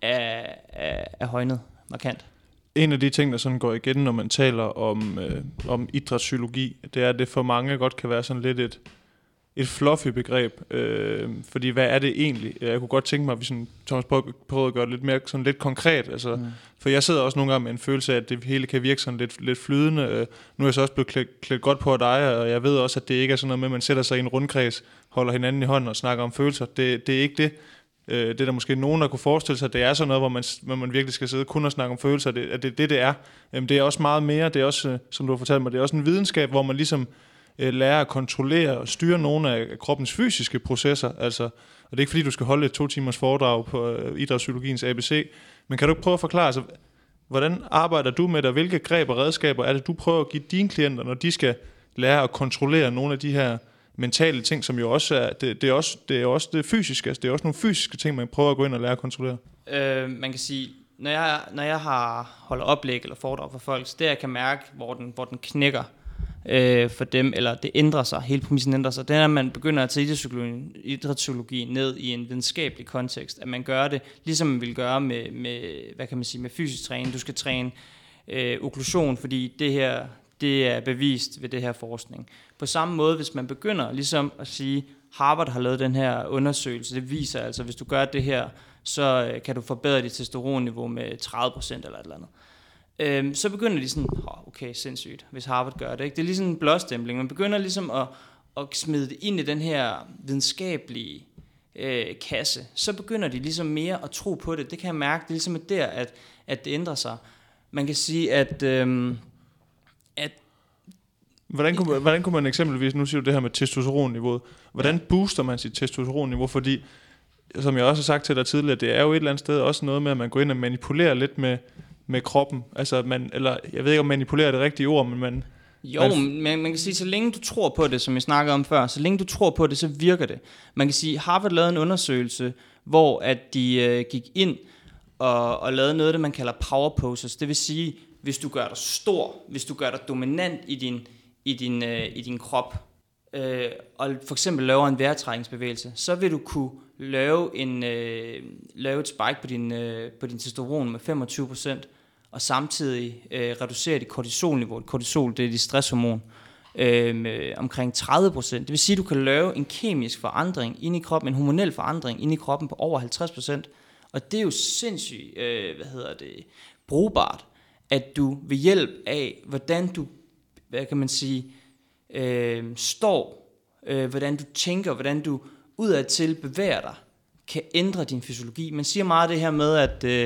er højnet markant. En af de ting, der sådan går igen, når man taler om idrætspsykologi, det er, at det for mange godt kan være sådan lidt et fluffy begreb, fordi hvad er det egentlig? Jeg kunne godt tænke mig, at vi sådan, Thomas prøvede at gøre det lidt mere sådan lidt konkret, altså, for jeg sidder også nogle gange med en følelse af, at det hele kan virke sådan lidt flydende. Nu er jeg så også blevet klædt godt på af dig, og jeg ved også, at det ikke er sådan noget med, at man sætter sig i en rundkreds, holder hinanden i hånden og snakker om følelser. Det er ikke det. Det er der måske nogen, der kunne forestille sig, at det er sådan noget, hvor man virkelig skal sidde kun og snakke om følelser, at det er. Det er også meget mere, det er også, som du har fortalt mig, det er også en videnskab, hvor man ligesom lære at kontrollere og styre nogle af kroppens fysiske processer. Altså, og det er ikke fordi, du skal holde et 2 timers foredrag på idrætspsykologiens ABC, men kan du ikke prøve at forklare, altså, hvordan arbejder du med det, hvilke greb og redskaber er det, du prøver at give dine klienter, når de skal lære at kontrollere nogle af de her mentale ting, som jo også er, det er også det fysiske, altså det er også nogle fysiske ting, man prøver at gå ind og lære at kontrollere. Man kan sige, når jeg har holdt oplæg eller foredrag for folk, så det jeg kan mærke, hvor den knækker, for dem, eller det ændrer sig, hele præmissen ændrer sig, det er, at man begynder at tage idrætspsykologi ned i en videnskabelig kontekst, at man gør det, ligesom man vil gøre med hvad kan man sige, med fysisk træning. Du skal træne okklusion, fordi Det er bevist ved det her forskning. På samme måde, hvis man begynder ligesom at sige, Harvard har lavet den her undersøgelse, det viser altså, hvis du gør det her, så kan du forbedre dit testosteronniveau med 30% eller et eller andet. Så begynder de sådan, okay, sindssygt, hvis Harvard gør det. Ikke? Det er ligesom en blåstempling. Man begynder ligesom at smide det ind i den her videnskabelige kasse. Så begynder de ligesom mere at tro på det. Det kan jeg mærke, det er ligesom der, at det ændrer sig. Man kan sige, at Hvordan kunne man eksempelvis, nu siger du det her med testosteronniveauet, hvordan booster man sit testosteronniveau? Fordi, som jeg også har sagt til dig tidligere, det er jo et eller andet sted også noget med, at man går ind og manipulerer lidt med kroppen. Altså, eller jeg ved ikke, om manipulerer det rigtige ord, men man... Jo, man kan sige, så længe du tror på det, som jeg snakkede om før, så længe du tror på det, så virker det. Man kan sige, Harvard lavede en undersøgelse, hvor at de gik ind og lavede noget, det man kalder power poses. Det vil sige, hvis du gør dig stor, hvis du gør dig dominant i din krop, og for eksempel laver en vejrtrækningsbevægelse, så vil du kunne lave et spike på din testosteron med 25%, og samtidig reducere dit kortisolniveau. Kortisol, det er dit stresshormon, med omkring 30%. Det vil sige, at du kan lave en kemisk forandring inde i kroppen, en hormonel forandring inde i kroppen på over 50%. Og det er jo sindssygt, brugbart, at du ved hjælp af, hvordan du, står, hvordan du tænker, hvordan du udadtil bevæger dig, kan ændre din fysiologi. Man siger meget det her med, at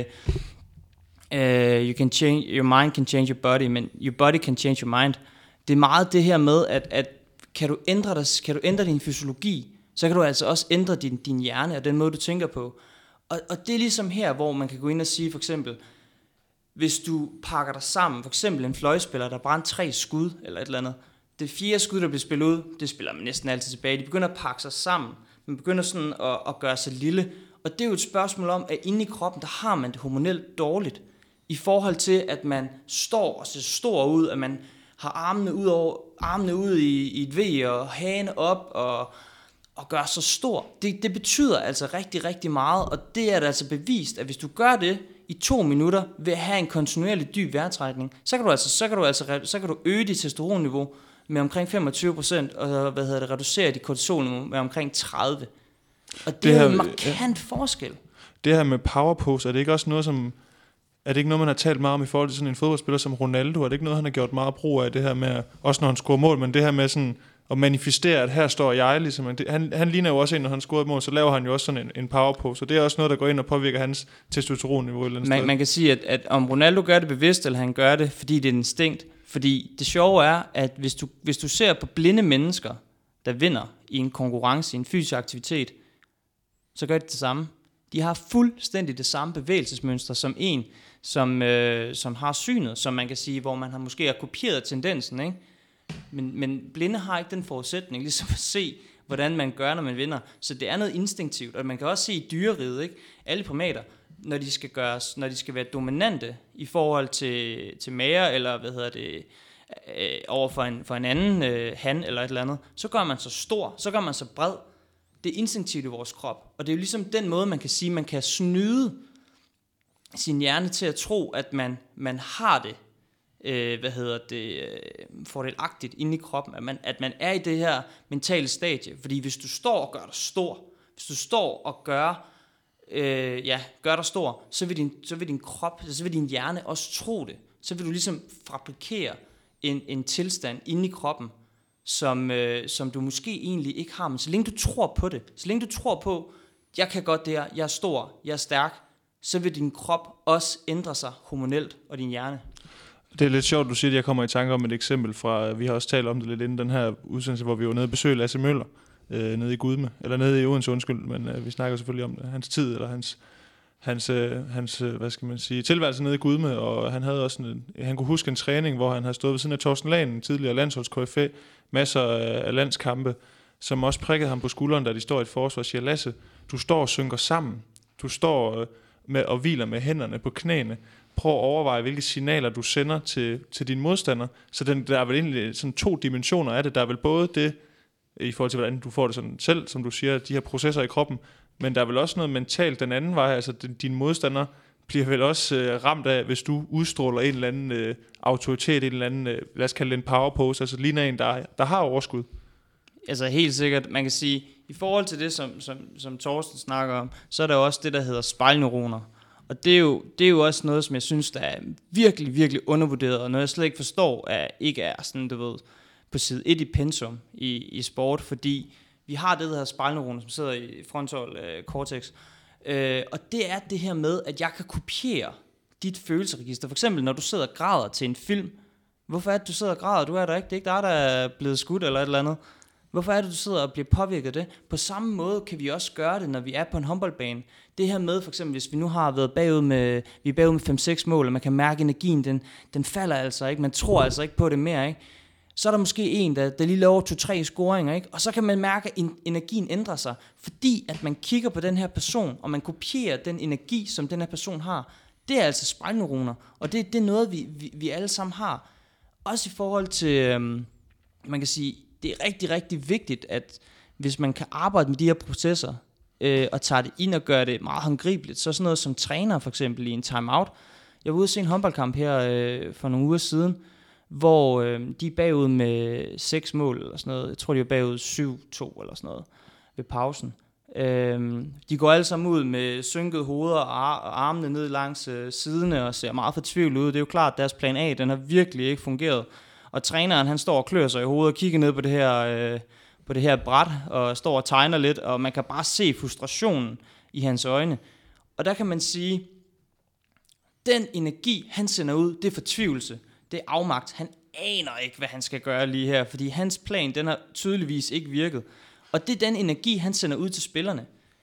your mind can change your body, men your body can change your mind. Det er meget det her med, at kan du ændre din fysiologi, så kan du altså også ændre din hjerne og den måde, du tænker på. Og det er ligesom her, hvor man kan gå ind og sige, for eksempel, hvis du pakker dig sammen, for eksempel en fløjspiller, der brænder 3 skud eller et eller andet, det 4. skud, der bliver spillet ud, det spiller man næsten altid tilbage. De begynder at pakke sig sammen. Man begynder sådan at gøre sig lille. Og det er jo et spørgsmål om, at inde i kroppen, der har man det hormonelt dårligt. I forhold til, at man står og ser stor ud, at man har armene ud i et V og hane op og gør sig stor. Det betyder altså rigtig, rigtig meget, og det er altså bevist, at hvis du gør det i 2 minutter ved at have en kontinuerlig dyb vejrtrækning, så kan du øge dit testosteronniveau med omkring 25%, og reducere dit kortisolniveau med omkring 30%. Og det er jo en markant forskel. Det her med power pose, er det ikke også noget, er det ikke noget, man har talt meget om i forhold til sådan en fodboldspiller som Ronaldo? Er det ikke noget, han har gjort meget brug af, det her med, også når han scorer mål, men det her med sådan at manifestere, at her står jeg, ligesom. Han ligner jo også en, når han scorer et mål, så laver han jo også sådan en power pose, så det er også noget, der går ind og påvirker hans testosteronniveau. Man kan sige, at om Ronaldo gør det bevidst, eller han gør det, fordi det er instinkt. Fordi det sjove er, at hvis du ser på blinde mennesker, der vinder i en konkurrence, i en fysisk aktivitet, så gør de det samme. De har fuldstændig det samme bevægelsesmønster som en, som har synet, som man kan sige, hvor man måske har kopieret tendensen, ikke? Men blinde har ikke den forudsætning, ligesom at se, hvordan man gør, når man vinder. Så det er noget instinktivt, og man kan også se i dyreriget, ikke? Alle primater, når de skal være dominante i forhold til mager, eller over for en anden han eller et eller andet, så gør man så stor, så gør man så bred. Det er instinktivt i vores krop, og det er jo ligesom den måde, man kan sige, man kan snyde sin hjerne til at tro, at man har det, fordelagtigt inde i kroppen, at man er i det her mentale stadie. Fordi hvis du står og gør dig stor, hvis du står og gør dig stor, så vil din krop, så vil din hjerne også tro det. Så vil du ligesom fabrikere en tilstand inde i kroppen, som du måske egentlig ikke har. Men så længe du tror på det, så længe du tror på, jeg kan godt det her, jeg er stor, jeg er stærk, så vil din krop også ændre sig hormonelt, og din hjerne. Det er lidt sjovt, du siger, at jeg kommer i tanke om et eksempel fra, vi har også talt om det lidt inden den her udsendelse, hvor vi var nede og besøgte Lasse Møller, nede i Gudme, eller nede i Odense, undskyld, men vi snakker selvfølgelig om det, hans tid, eller hans hvad skal man sige, tilværelse nede i Gudme, og han havde også han kunne huske en træning, hvor han havde stået ved siden af Torsten Lahn, tidligere landsholds-KFA, masser af landskampe, som også prikkede ham på skulderen, da de står i et forsvar og siger, Lasse, du står og synker sammen, du står med og hviler med hænderne på knæene, prøv at overveje, hvilke signaler du sender til din modstander. Så der er vel egentlig sådan 2 dimensioner af det. Der er vel både det, i forhold til, hvordan du får det sådan selv, som du siger, de her processer i kroppen, men der er vel også noget mentalt den anden vej, altså din modstander bliver vel også ramt af, hvis du udstråler en eller anden autoritet, en eller anden, lad os kalde det en power pose, altså ligner en, der har overskud. Altså helt sikkert, man kan sige, i forhold til det, som Torsten snakker om, så er der også det, der hedder spejlneuroner. Og det er jo også noget, som jeg synes, der er virkelig, virkelig undervurderet, og noget jeg slet ikke forstår, ikke er sådan, du ved, på side 1 i pensum i sport, fordi vi har det, der hedder spejlneuroner, som sidder i frontal cortex, og det er det her med, at jeg kan kopiere dit følelsesregister. For eksempel, når du sidder og græder til en film. Hvorfor er det, du sidder og græder? Du er der ikke. Det er ikke dig, der er blevet skudt eller et eller andet. Hvorfor er det, du sidder og bliver påvirket af det? På samme måde kan vi også gøre det, når vi er på en håndboldbane. Det her med, for eksempel, hvis vi nu har været bagud med 5-6 mål, og man kan mærke energien, den falder altså ikke. Man tror altså ikke på det mere, ikke? Så er der måske en, der lige laver 2-3 scoringer, ikke? Og så kan man mærke, at energien ændrer sig, fordi at man kigger på den her person, og man kopierer den energi, som den her person har. Det er altså spejlneuroner, og det er noget, vi alle sammen har. Også i forhold til, man kan sige, det er rigtig, rigtig vigtigt, at hvis man kan arbejde med de her processer, og tager det ind og gør det meget håndgribeligt, så sådan noget som træner for eksempel i en timeout. Jeg var ude og se en håndboldkamp her for nogle uger siden, hvor de er bagud med 6 mål eller sådan noget. Jeg tror, de var bagud 7-2 eller sådan noget ved pausen. De går alle sammen ud med synkede hoveder og armene ned langs siderne og ser meget fortvivlet ud. Det er jo klart, at deres plan A, den har virkelig ikke fungeret. Og træneren, han står og klør sig i hovedet og kigger ned på det her bræt og står og tegner lidt, og man kan bare se frustrationen i hans øjne. Og der kan man sige, den energi, han sender ud, det er fortvivlelse. Det er afmagt. Han aner ikke, hvad han skal gøre lige her, fordi hans plan, den har tydeligvis ikke virket. Og det er den energi, han sender ud til spillerne.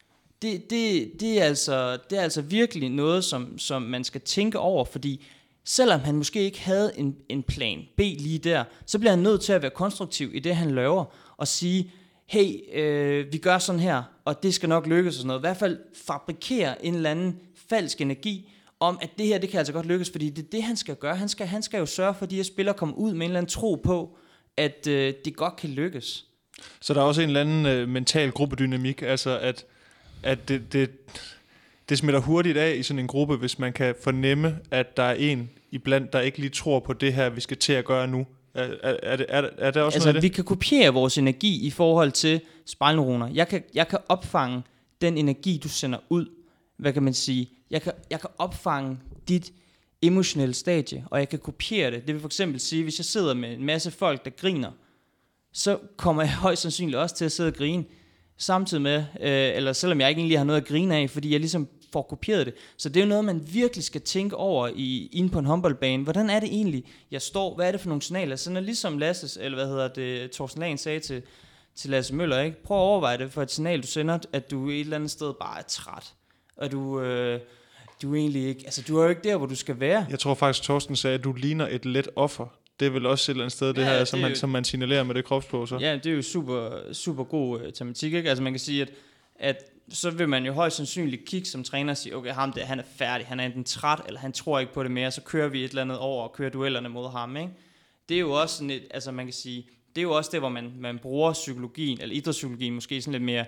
Det er altså virkelig noget, som man skal tænke over, fordi selvom han måske ikke havde en plan B lige der, så bliver han nødt til at være konstruktiv i det, han laver, og sige, hey, vi gør sådan her, og det skal nok lykkes og sådan noget. I hvert fald fabrikere en eller anden falsk energi, om at det her, det kan altså godt lykkes, fordi det er det, han skal gøre. Han skal jo sørge for, at de her spillere kommer ud med en eller anden tro på, at det godt kan lykkes. Så der er også en eller anden mental gruppedynamik, altså at det smitter hurtigt af i sådan en gruppe, hvis man kan fornemme, at der er en iblandt, der ikke lige tror på det her, vi skal til at gøre nu. Er det også altså, noget af det? Vi kan kopiere vores energi i forhold til spejlneuroner. Jeg kan opfange den energi, du sender ud. Hvad kan man sige? Jeg kan opfange dit emotionelle stadie, og jeg kan kopiere det. Det vil for eksempel sige, hvis jeg sidder med en masse folk, der griner, så kommer jeg højst sandsynligt også til at sidde og grine, samtidig med, eller selvom jeg ikke egentlig har noget at grine af, fordi jeg ligesom får kopieret det. Så det er jo noget, man virkelig skal tænke over inde på en håndboldbane. Hvordan er det egentlig, jeg står? Hvad er det for nogle signaler? Sådan er ligesom Lasses, eller Torsten Lahn sagde til Lasse Møller, ikke? Prøv at overveje det for et signal, du sender, at du et eller andet sted bare er træt. Og du egentlig ikke, altså du er jo ikke der, hvor du skal være. Jeg tror faktisk, Torsten sagde, at du ligner et let offer. Det er vel også et eller andet sted, det her, som man signalerer med det kropssprog, så. Ja, det er jo super, super god tematik, ikke? Altså man kan sige, at så vil man jo højst sandsynligt kigge som træner og sige, okay, ham der, han er færdig, han er enten træt, eller han tror ikke på det mere, så kører vi et eller andet over og kører duellerne mod ham, ikke? Det er jo også sådan et, altså man kan sige, det er jo også det, hvor man bruger psykologien, eller idrætspsykologien måske sådan lidt mere,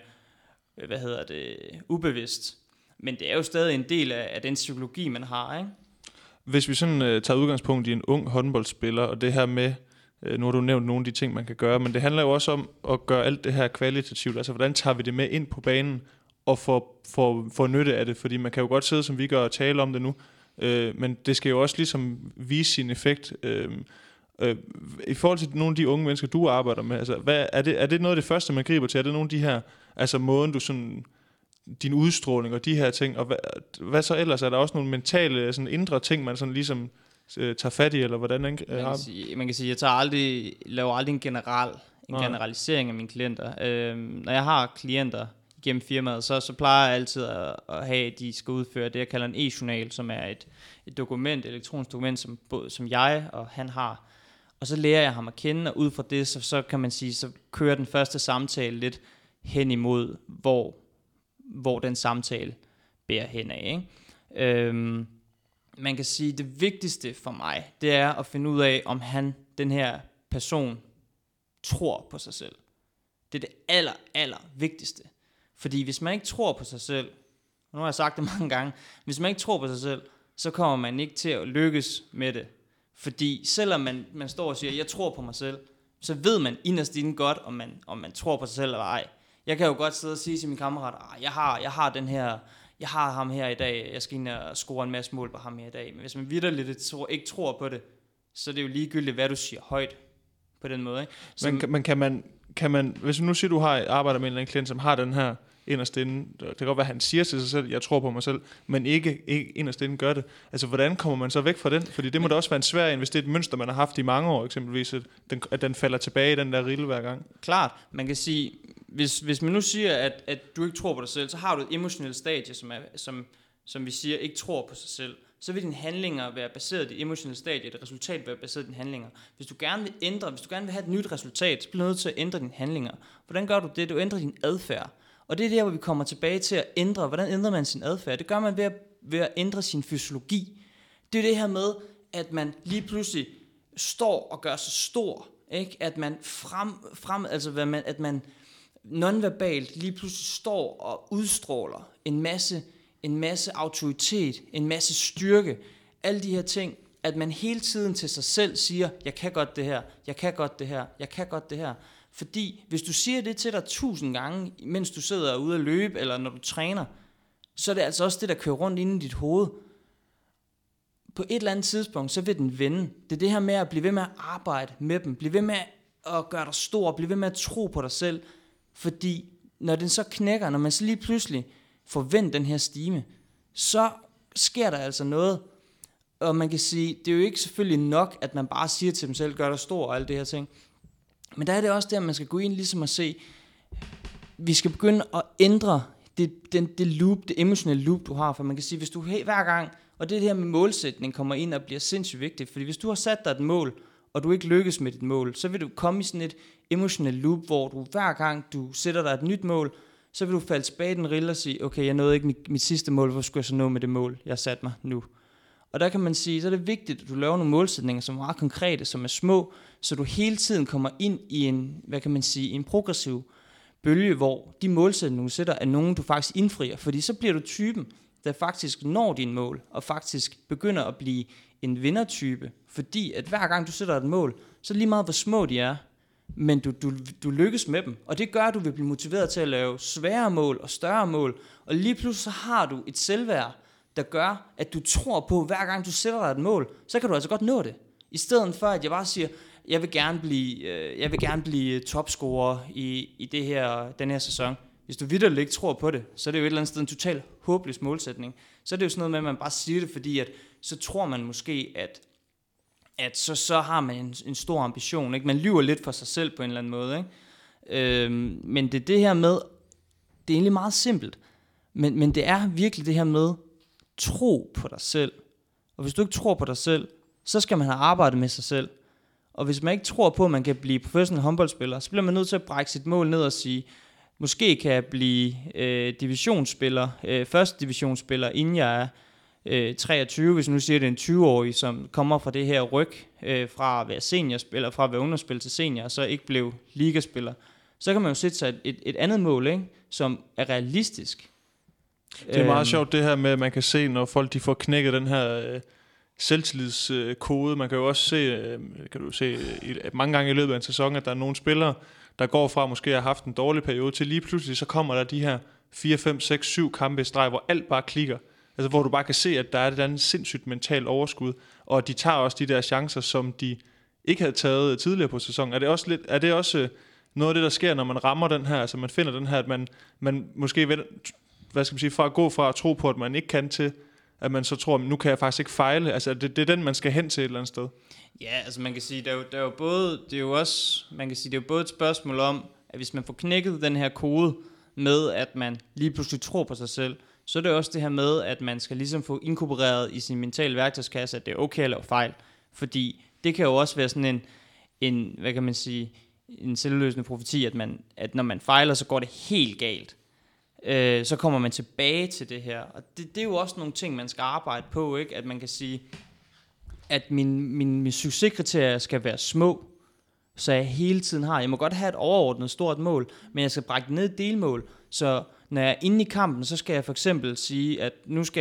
ubevidst. Men det er jo stadig en del af den psykologi, man har, ikke? Hvis vi sådan tager udgangspunkt i en ung håndboldspiller, og det her med, nu har du nævnt nogle af de ting, man kan gøre, men det handler jo også om at gøre alt det her kvalitativt. Altså, hvordan tager vi det med ind på banen og får nytte af det? Fordi man kan jo godt sidde, som vi gør, og tale om det nu, men det skal jo også ligesom vise sin effekt. I forhold til nogle af de unge mennesker, du arbejder med, altså, er det noget af det første, man griber til? Er det nogle af de her, altså måden du sådan, din udstråling og de her ting, og hvad så ellers? Er der også nogle mentale, sådan indre ting, man sådan ligesom tager fat i, eller hvordan? Man kan sige, jeg laver aldrig en generalisering af mine klienter. Når jeg har klienter gennem firmaet, så plejer jeg altid at have, at de skal udføre det, jeg kalder en e-journal, som er et dokument, et elektronisk dokument, som jeg og han har. Og så lærer jeg ham at kende, og ud fra det, så kan man sige, så kører den første samtale lidt hen imod, hvor den samtale bærer hen af, ikke? Man kan sige, at det vigtigste for mig, det er at finde ud af, om den her person, tror på sig selv. Det er det aller vigtigste. Fordi hvis man ikke tror på sig selv, nu har jeg sagt det mange gange, hvis man ikke tror på sig selv, så kommer man ikke til at lykkes med det. Fordi selvom man står og siger, jeg tror på mig selv, så ved man inderst inde godt, om man tror på sig selv eller ej. Jeg kan jo godt sidde og sige til mine kammerater, jeg har ham her i dag, jeg skal ind og score en masse mål på ham her i dag. Men hvis man vitterligt ikke tror på det, så er det jo ligegyldigt, hvad du siger højt på den måde. Ikke? Men kan man, hvis nu siger, du arbejder med en eller anden klient, som har den her inderst inde, det kan godt være, at han siger til sig selv, jeg tror på mig selv, men ikke inderst inde gør det. Altså, hvordan kommer man så væk fra den? Fordi det må da også være en svær en, hvis det er et mønster, man har haft i mange år, eksempelvis, at den falder tilbage i den der rille hver gang. Klart, man kan sige, hvis man nu siger, at du ikke tror på dig selv, så har du et emotionelt stadie, som vi siger, ikke tror på sig selv. Så vil dine handlinger være baseret i det emotionelle stadie, det resultat vil være baseret i dine handlinger. Hvis du gerne vil have et nyt resultat, så bliver du nødt til at ændre dine handlinger. Hvordan gør du det? Du ændrer din adfærd. Og det er der, hvor vi kommer tilbage til at ændre. Hvordan ændrer man sin adfærd? Det gør man ved at ændre sin fysiologi. Det er det her med, at man lige pludselig står og gør sig stor. Ikke? At man at man nonverbalt lige pludselig står og udstråler en masse autoritet, en masse styrke. Alle de her ting, at man hele tiden til sig selv siger, jeg kan godt det her, jeg kan godt det her, jeg kan godt det her. Fordi hvis du siger det til dig 1000 gange, mens du sidder ude at løbe, eller når du træner, så er det altså også det, der kører rundt inde i dit hoved. På et eller andet tidspunkt, så vil den vende. Det er det her med at blive ved med at arbejde med dem. Blive ved med at gøre dig stor. Blive ved med at tro på dig selv. Fordi når den så knækker, når man så lige pludselig får vendt den her stime, så sker der altså noget. Og man kan sige, det er jo ikke selvfølgelig nok, at man bare siger til dem selv, gør dig stor og alle det her ting. Men der er det også der, man skal gå ind ligesom og se, vi skal begynde at ændre det loop, det emotionelle loop, du har. For man kan sige, hvis du hver gang, og det her med målsætning kommer ind og bliver sindssygt vigtigt, fordi hvis du har sat dig et mål, og du ikke lykkes med dit mål, så vil du komme i sådan et emotionelt loop, hvor du hver gang du sætter dig et nyt mål, så vil du falde tilbage i den rille og sige, okay, jeg nåede ikke mit sidste mål, hvor skulle jeg så nå med det mål, jeg har sat mig nu? Og der kan man sige, så er det vigtigt, at du laver nogle målsætninger, som er meget konkrete, som er små, så du hele tiden kommer ind i en progressiv bølge, hvor de målsætninger, du sætter, er nogen, du faktisk indfrier. Fordi så bliver du typen, der faktisk når dine mål, og faktisk begynder at blive en vindertype. Fordi at hver gang du sætter et mål, så lige meget hvor små de er, men du lykkes med dem. Og det gør, at du vil blive motiveret til at lave svære mål og større mål. Og lige pludselig så har du et selvværd, der gør, at du tror på, hver gang du sætter dig et mål, så kan du altså godt nå det. I stedet for, at jeg bare siger, jeg vil gerne blive topscorer i den her sæson. Hvis du vitterligt ikke tror på det, så er det jo et eller andet sted en total håbløs målsætning. Så er det jo sådan noget med, at man bare siger det, fordi at så tror man måske, at så har man en stor ambition. Ikke? Man lyver lidt for sig selv på en eller anden måde. Ikke? Men det her med, det er egentlig meget simpelt, men det er virkelig det her med, tro på dig selv. Og hvis du ikke tror på dig selv, så skal man have arbejdet med sig selv. Og hvis man ikke tror på, at man kan blive professionel håndboldspiller, så bliver man nødt til at brække sit mål ned og sige, måske kan jeg blive divisionsspiller, første divisionsspiller, inden jeg er 23, hvis nu siger det en 20-årig, som kommer fra det her ryg, fra at være seniorspiller, fra at være ungdomsspiller til senior, og så ikke blev ligaspiller. Så kan man jo sætte sig et andet mål, ikke, som er realistisk. Det er meget sjovt det her med, at man kan se, når folk de får knækket den her selvtillidskode. Man kan jo også se, mange gange i løbet af en sæson, at der er nogle spillere, der går fra måske at have haft en dårlig periode, til lige pludselig så kommer der de her 4, 5, 6, 7 kampe i streg, hvor alt bare klikker. Altså hvor du bare kan se, at der er et andet sindssygt mentalt overskud, og de tager også de der chancer, som de ikke havde taget tidligere på sæsonen. Er det også noget af det, der sker, når man rammer den her, altså man finder den her, at man måske fra at gå fra at tro på, at man ikke kan, til at man så tror, at nu kan jeg faktisk ikke fejle. Altså det er den, man skal hen til et eller andet sted. Ja, altså man kan sige, det er jo både et spørgsmål om, at hvis man får knækket den her kode med, at man lige pludselig tror på sig selv, så er det også det her med, at man skal ligesom få inkorporeret i sin mentale værktøjskasse, at det er okay at lave fejl. Fordi det kan jo også være sådan en hvad kan man sige, en selvløsende profeti, at når man fejler, så går det helt galt. Så kommer man tilbage til det her. Og det er jo også nogle ting, man skal arbejde på, ikke? At man kan sige, at min succeskriterier skal være små, så jeg hele tiden jeg må godt have et overordnet stort mål, men jeg skal brække det ned i delmål, så Når jeg er inde i kampen, så skal jeg for eksempel sige, at nu skal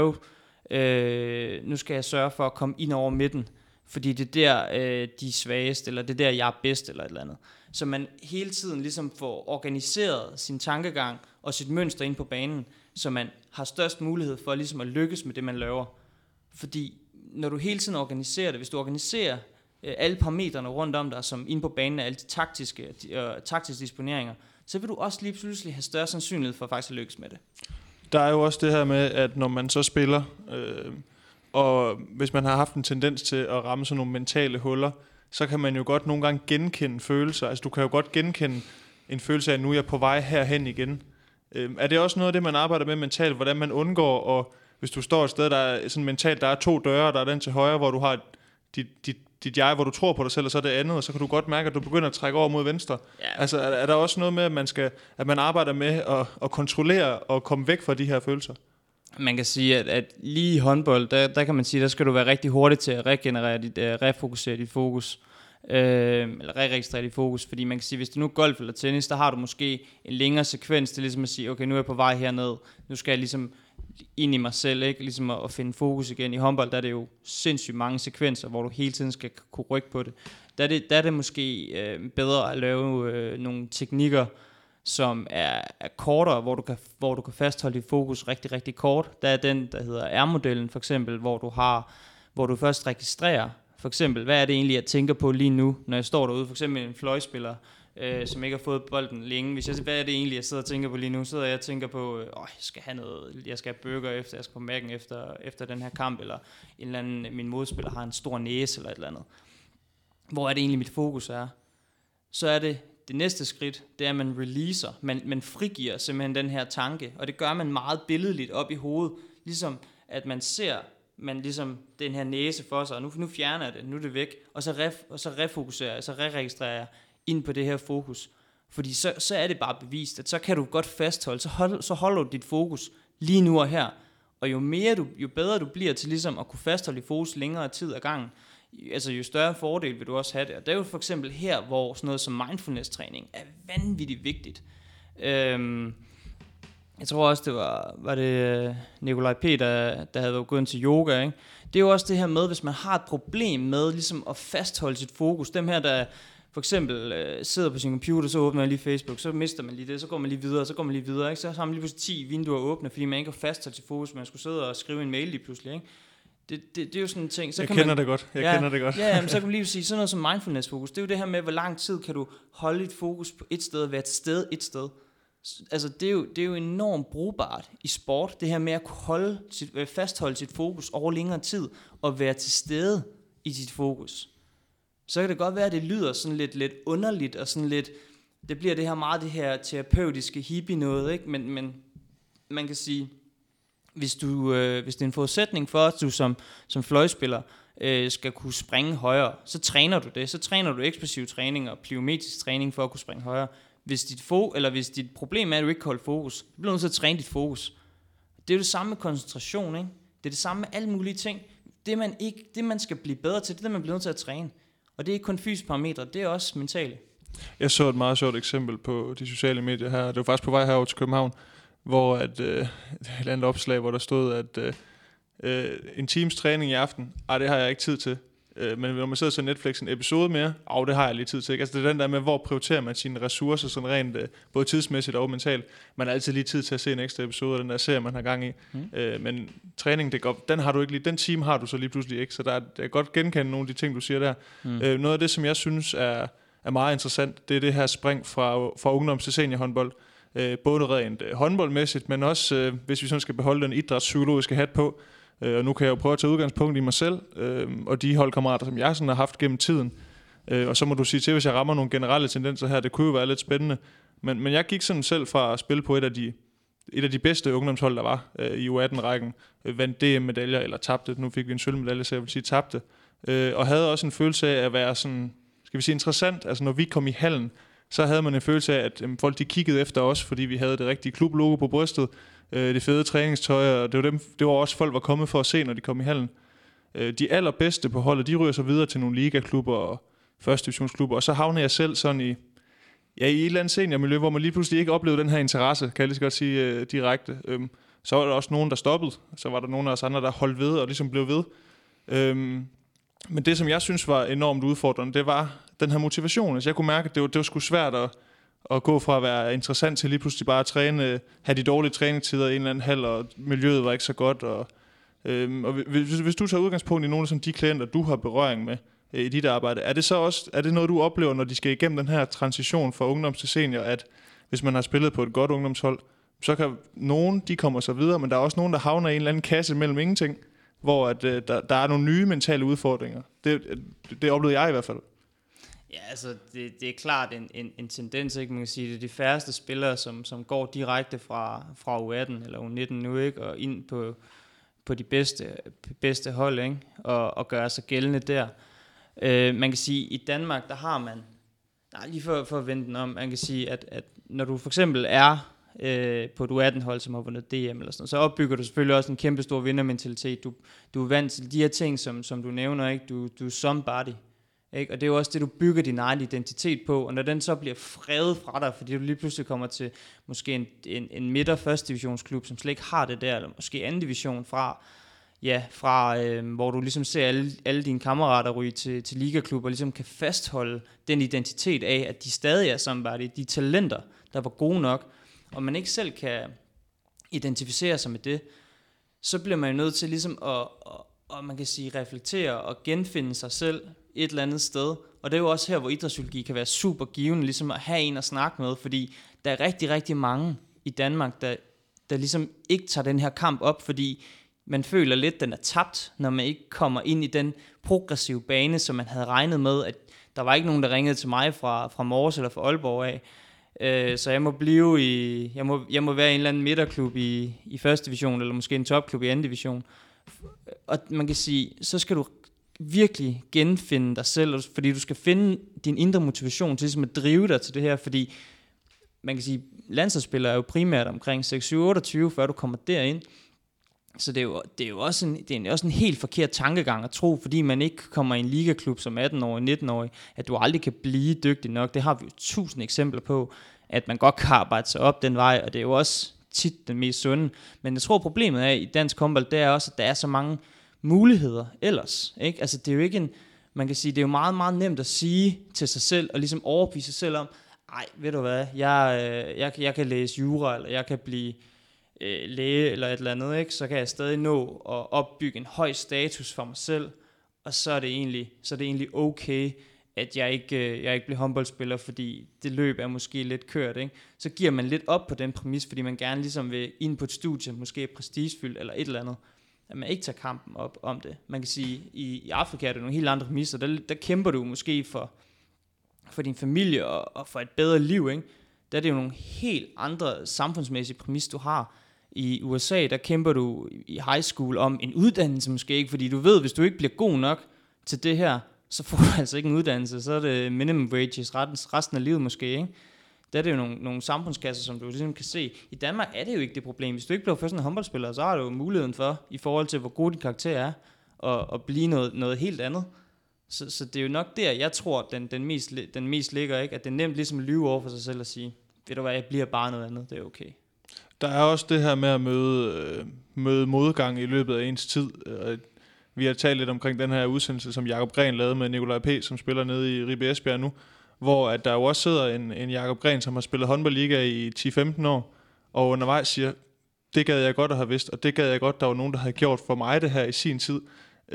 jeg sørge for at komme ind over midten, fordi det er der, de er svagest, eller det er der, jeg er bedst, eller et eller andet. Så man hele tiden ligesom får organiseret sin tankegang og sit mønster ind på banen, så man har størst mulighed for ligesom at lykkes med det, man laver. Fordi når du hele tiden organiserer det, hvis du organiserer alle parametrene rundt om dig, som inde på banen er alle de taktiske disponeringer, så vil du også lige pludselig have større sandsynlighed for faktisk at lykkes med det. Der er jo også det her med, at når man så spiller, og hvis man har haft en tendens til at ramme sådan nogle mentale huller, så kan man jo godt nogle gange genkende følelser. Altså du kan jo godt genkende en følelse af, at nu er jeg på vej herhen igen. Er det også noget af det, man arbejder med mentalt, hvordan man undgår, og hvis du står et sted, der er sådan mentalt, der er 2 døre, der er den til højre, hvor du har dit jeg, hvor du tror på dig selv, og så er det andet, og så kan du godt mærke, at du begynder at trække over mod venstre. Ja. Altså er der også noget med, at man arbejder med at kontrollere og komme væk fra de her følelser? Man kan sige, at lige i håndbold, der kan man sige, der skal du være rigtig hurtig til at refokusere dit fokus. Eller re-registrere dit fokus, fordi man kan sige, hvis det nu er golf eller tennis, der har du måske en længere sekvens til ligesom at sige, okay, nu er jeg på vej herned, nu skal jeg ligesom ind i mig selv, ikke? Ligesom at finde fokus igen. I håndbold, der er det jo sindssygt mange sekvenser, hvor du hele tiden skal kunne rykke på det. Der er det måske bedre at lave nogle teknikker, som er kortere, hvor du kan fastholde dit fokus rigtig, rigtig kort. Der er den, der hedder R-modellen for eksempel, hvor du først registrerer, for eksempel, hvad er det egentlig, jeg tænker på lige nu, når jeg står derude, for eksempel en fløjspiller, som ikke har fået bolden længe. Hvad er det egentlig, jeg sidder og tænker på lige nu? Så jeg tænker på, jeg skal have burger efter, jeg skal på mærken efter den her kamp, eller en eller anden, min modspiller har en stor næse, eller et eller andet. Hvor er det egentlig, mit fokus er? Så er det næste skridt, det er, at man releaser, man frigiver simpelthen den her tanke, og det gør man meget billedligt op i hovedet, ligesom at man ser ligesom den her næse for sig, og nu fjerner jeg det, nu er det væk, og så refokuserer jeg, så re-registrerer jeg ind på det her fokus. Fordi så er det bare bevist, at så kan du godt fastholde, så holder du dit fokus lige nu og her, og jo bedre du bliver til ligesom at kunne fastholde dit fokus længere tid ad gangen, altså jo større fordel vil du også have det. Og det er jo for eksempel her, hvor sådan noget som mindfulness-træning er vanvittigt vigtigt. Jeg tror også, det var det Nikolaj P., der havde været gået ind til yoga, ikke? Det er jo også det her med, hvis man har et problem med ligesom at fastholde sit fokus. Dem her, der for eksempel sidder på sin computer, så åbner man lige Facebook, så mister man lige det, så går man lige videre, ikke? Så har man lige pludselig 10 vinduer åbne, fordi man ikke har fastholdt sit fokus, man skulle sidde og skrive en mail lige pludselig, ikke? Det er jo sådan en ting. Så jeg kender det godt. Ja, men så kan man lige sige, sådan noget som mindfulness-fokus, det er jo det her med, hvor lang tid kan du holde dit fokus på et sted og være til stede et sted. Altså det er jo enormt brugbart i sport, det her med at kunne fastholde sit fokus over længere tid og være til stede i sit fokus. Så kan det godt være, at det lyder sådan lidt underligt og sådan lidt, det bliver det her meget det her terapeutiske hippie noget, ikke? Men man kan sige, hvis det er en forudsætning for, at du som fløjspiller skal kunne springe højere, så træner du det. Så træner du eksplosiv træning og plyometrisk træning for at kunne springe højere. Hvis dit problem er, at du ikke kan holde fokus, så bliver du nødt til at træne dit fokus. Det er jo det samme med koncentration, ikke? Det er det samme med alle mulige ting. Det man skal blive bedre til, det er det, man bliver nødt til at træne. Og det er ikke kun fysiske parametre, det er også mentale. Jeg så et meget sjovt eksempel på de sociale medier her. Det var faktisk på vej herover til København, hvor et eller andet opslag, hvor der stod, at en times træning i aften, det har jeg ikke tid til. Men når man sidder til Netflix en episode mere, det har jeg lige tid til. Altså det er den der med, hvor prioriterer man sine ressourcer, sådan rent både tidsmæssigt og mentalt. Man har altid lige tid til at se en ekstra episode af den der serie, man har gang i. Men træning, den har du ikke lige. Den time har du så lige pludselig ikke. Så der er godt genkende nogle af de ting, du siger der. Noget af det, som jeg synes er meget interessant, det er det her spring fra ungdoms til seniorhåndbold. Både rent håndboldmæssigt, men også hvis vi sådan skal beholde den idrætspsykologiske hat på. Og nu kan jeg jo prøve at tage udgangspunkt i mig selv og de holdkammerater, som jeg sådan har haft gennem tiden. Og så må du sige til, hvis jeg rammer nogle generelle tendenser her, det kunne jo være lidt spændende. Men jeg gik sådan selv fra at spille på et af de bedste ungdomshold, der var i U18-rækken. Vandt DM-medaljer, eller tabte. Nu fik vi en sølvmedalje, så jeg vil sige tabte. Og havde også en følelse af at være sådan, skal vi sige, interessant. Altså når vi kom i hallen, så havde man en følelse af, at folk de kiggede efter os, fordi vi havde det rigtige klublogo på brystet. Det fede træningstøj, og det var også folk var kommet for at se, når de kom i hallen. De allerbedste på holdet, de ryger så videre til nogle ligaklubber og første divisionsklubber, og så havner jeg selv sådan Ja, i et eller andet seniormiljø, hvor man lige pludselig ikke oplevede den her interesse, kan jeg lige så godt sige direkte. Så var der også nogen, der stoppede. Så var der nogen af os andre, der holdt ved og ligesom blev ved. Men det, som jeg synes var enormt udfordrende, det var den her motivation. Altså, jeg kunne mærke, at det var sgu svært at gå fra at være interessant til lige pludselig bare at træne, have de dårlige træningstider i en eller anden hal, og miljøet var ikke så godt. Og hvis du tager udgangspunkt i nogle af sådan de klienter, du har berøring med i dit arbejde, er det så også noget, du oplever, når de skal igennem den her transition fra ungdoms til senior, at hvis man har spillet på et godt ungdomshold, så kan nogen, de kommer så videre, men der er også nogen, der havner i en eller anden kasse mellem ingenting, hvor at, der er nogle nye mentale udfordringer. Det oplevede jeg i hvert fald. Ja, altså det er klart en tendens, ikke? Man kan sige, det er de færreste spillere, som går direkte fra U18 eller U19 nu, ikke? Og ind på de bedste hold, ikke? Og gøre sig gældende der. Man kan sige, i Danmark, der har man, lige for at vende den om, man kan sige, at når du for eksempel er på et U18-hold, som har vundet DM eller sådan noget, så opbygger du selvfølgelig også en kæmpe stor vindermentalitet. Du er vant til de her ting, som du nævner, ikke? Du er somebody, ikke? Og det er jo også det, du bygger din egen identitet på, og når den så bliver fredet fra dig, fordi du lige pludselig kommer til måske en midter første divisionsklub, som slet ikke har det der, eller måske anden division fra hvor du ligesom ser alle dine kammerater ryge til ligaklubber, og ligesom kan fastholde den identitet af, at de stadig er somebody, de talenter, der var gode nok, og man ikke selv kan identificere sig med det, så bliver man jo nødt til ligesom at man kan sige, reflektere og genfinde sig selv et eller andet sted. Og det er jo også her, hvor idrætspsykologi kan være super givende, ligesom at have en at snakke med, fordi der er rigtig, rigtig mange i Danmark, der ligesom ikke tager den her kamp op, fordi man føler lidt, den er tabt, når man ikke kommer ind i den progressive bane, som man havde regnet med, at der var ikke nogen, der ringede til mig fra Mors eller fra Aalborg af. Så jeg må blive jeg må være i en eller anden midterklub i første division, eller måske en topklub i anden division. Og man kan sige, så skal du virkelig genfinde dig selv, fordi du skal finde din indre motivation til ligesom at drive dig til det her, fordi man kan sige, landsholdsspillere er jo primært omkring 6-7-28, før du kommer derind. Så det er jo også en helt forkert tankegang at tro, fordi man ikke kommer i en ligaklub som 18-årig, 19-årig, at du aldrig kan blive dygtig nok. Det har vi jo 1000 eksempler på, at man godt kan arbejde sig op den vej, og det er jo også tit den mest sunde. Men jeg tror, problemet er i dansk håndbold, det er også, at der er så mange muligheder ellers. Ikke? Altså, det er jo ikke man kan sige, det er jo meget, meget nemt at sige til sig selv, og ligesom overbevise sig selv om, ej, ved du hvad, jeg kan læse jura, eller jeg kan blive læge eller et eller andet, ikke? Så kan jeg stadig nå at opbygge en høj status for mig selv, og så er det egentlig okay, at jeg ikke bliver håndboldspiller, fordi det løb er måske lidt kørt, ikke? Så giver man lidt op på den præmis, fordi man gerne ligesom vil ind på et studie, måske prestigefyldt eller et eller andet, at man ikke tager kampen op om det. Man kan sige, i Afrika er det nogle helt andre præmisser, der kæmper du måske for din familie og for et bedre liv, ikke? Der er det jo nogle helt andre samfundsmæssige præmisser, du har. I USA, der kæmper du i high school om en uddannelse måske ikke, fordi du ved, hvis du ikke bliver god nok til det her, så får du altså ikke en uddannelse, så er det minimum wages resten af livet måske, ikke? Der er det jo nogle samfundskasser, som du ligesom kan se. I Danmark er det jo ikke det problem. Hvis du ikke bliver professionel håndboldspiller, så har du jo muligheden for, i forhold til hvor god din karakter er, at blive noget helt andet. Så det er jo nok der, jeg tror, den mest ligger, ikke? At det er nemt ligesom at lyve over for sig selv og sige, ved du hvad, jeg bliver bare noget andet, det er okay. Der er også det her med at møde modgang i løbet af ens tid. Vi har talt lidt omkring den her udsendelse, som Jakob Gren lavede med Nikolaj P., som spiller nede i Ribe Esbjerg nu, hvor at der jo også sidder en Jakob Gren, som har spillet håndboldliga i 10-15 år, og undervejs siger, det gad jeg godt at have vidst, og det gad jeg godt, der var nogen, der havde gjort for mig det her i sin tid.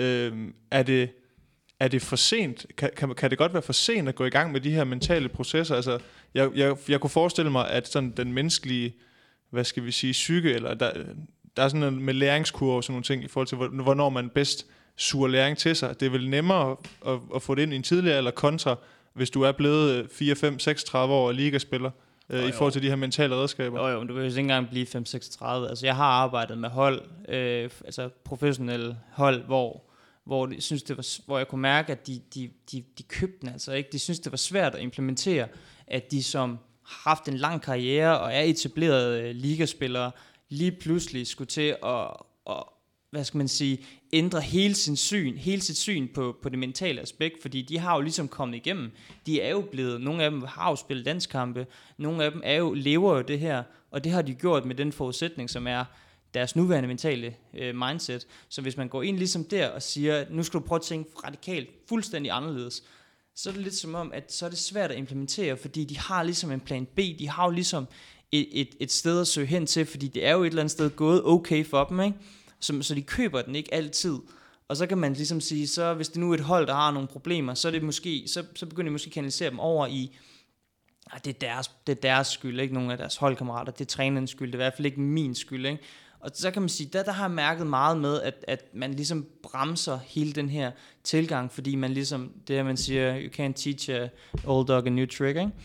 Er det for sent? Kan det godt være for sent at gå i gang med de her mentale processer? Altså, jeg kunne forestille mig, at sådan den menneskelige, hvad skal vi sige, psyke, eller der er sådan en med læringskurve og sådan nogle ting, i forhold til, hvornår man bedst suger læring til sig. Det er vel nemmere at få det ind i en tidligere eller kontra, hvis du er blevet 4, 5, 36 år og ligaspiller, i forhold til de her mentale redskaber. Jo, men du vil jo ikke engang blive 5-36. Altså, jeg har arbejdet med hold, altså professionelle hold, hvor jeg kunne mærke, at de købte den altså ikke. De synes, det var svært at implementere, at de som har haft en lang karriere og er etablerede ligaspillere, lige pludselig skulle til at hvad skal man sige, ændre hele sit syn på det mentale aspekt, fordi de har jo ligesom kommet igennem. De er jo blevet, nogle af dem har jo spillet landskampe, nogle af dem lever jo det her, og det har de gjort med den forudsætning, som er deres nuværende mentale mindset. Så hvis man går ind ligesom der og siger, nu skal du prøve at tænke radikalt, fuldstændig anderledes, så er det lidt som om, at så er det svært at implementere, fordi de har ligesom en plan B, de har jo ligesom et sted at søge hen til, fordi det er jo et eller andet sted gået okay for dem, ikke? Så de køber den ikke altid. Og så kan man ligesom sige, så hvis det nu er et hold, der har nogle problemer, så er det måske, så begynder de måske at kanalisere dem over i, det er deres skyld, ikke nogle af deres holdkammerater, det er trænerens skyld, det er i hvert fald ikke min skyld, ikke? Og så kan man sige, der har jeg mærket meget med, at man ligesom bremser hele den her tilgang, fordi man ligesom, det her man siger, you can't teach a old dog a new trick, ikke?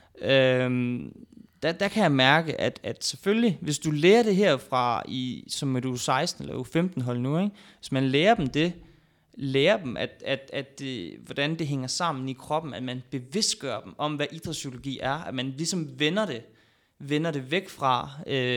Der kan jeg mærke, at selvfølgelig, hvis du lærer det her fra, som et U16 eller U15 hold nu, ikke? Hvis man lærer dem, at hvordan det hænger sammen i kroppen, at man bevidstgør dem om, hvad idrætspsykologi er, at man ligesom vender det væk fra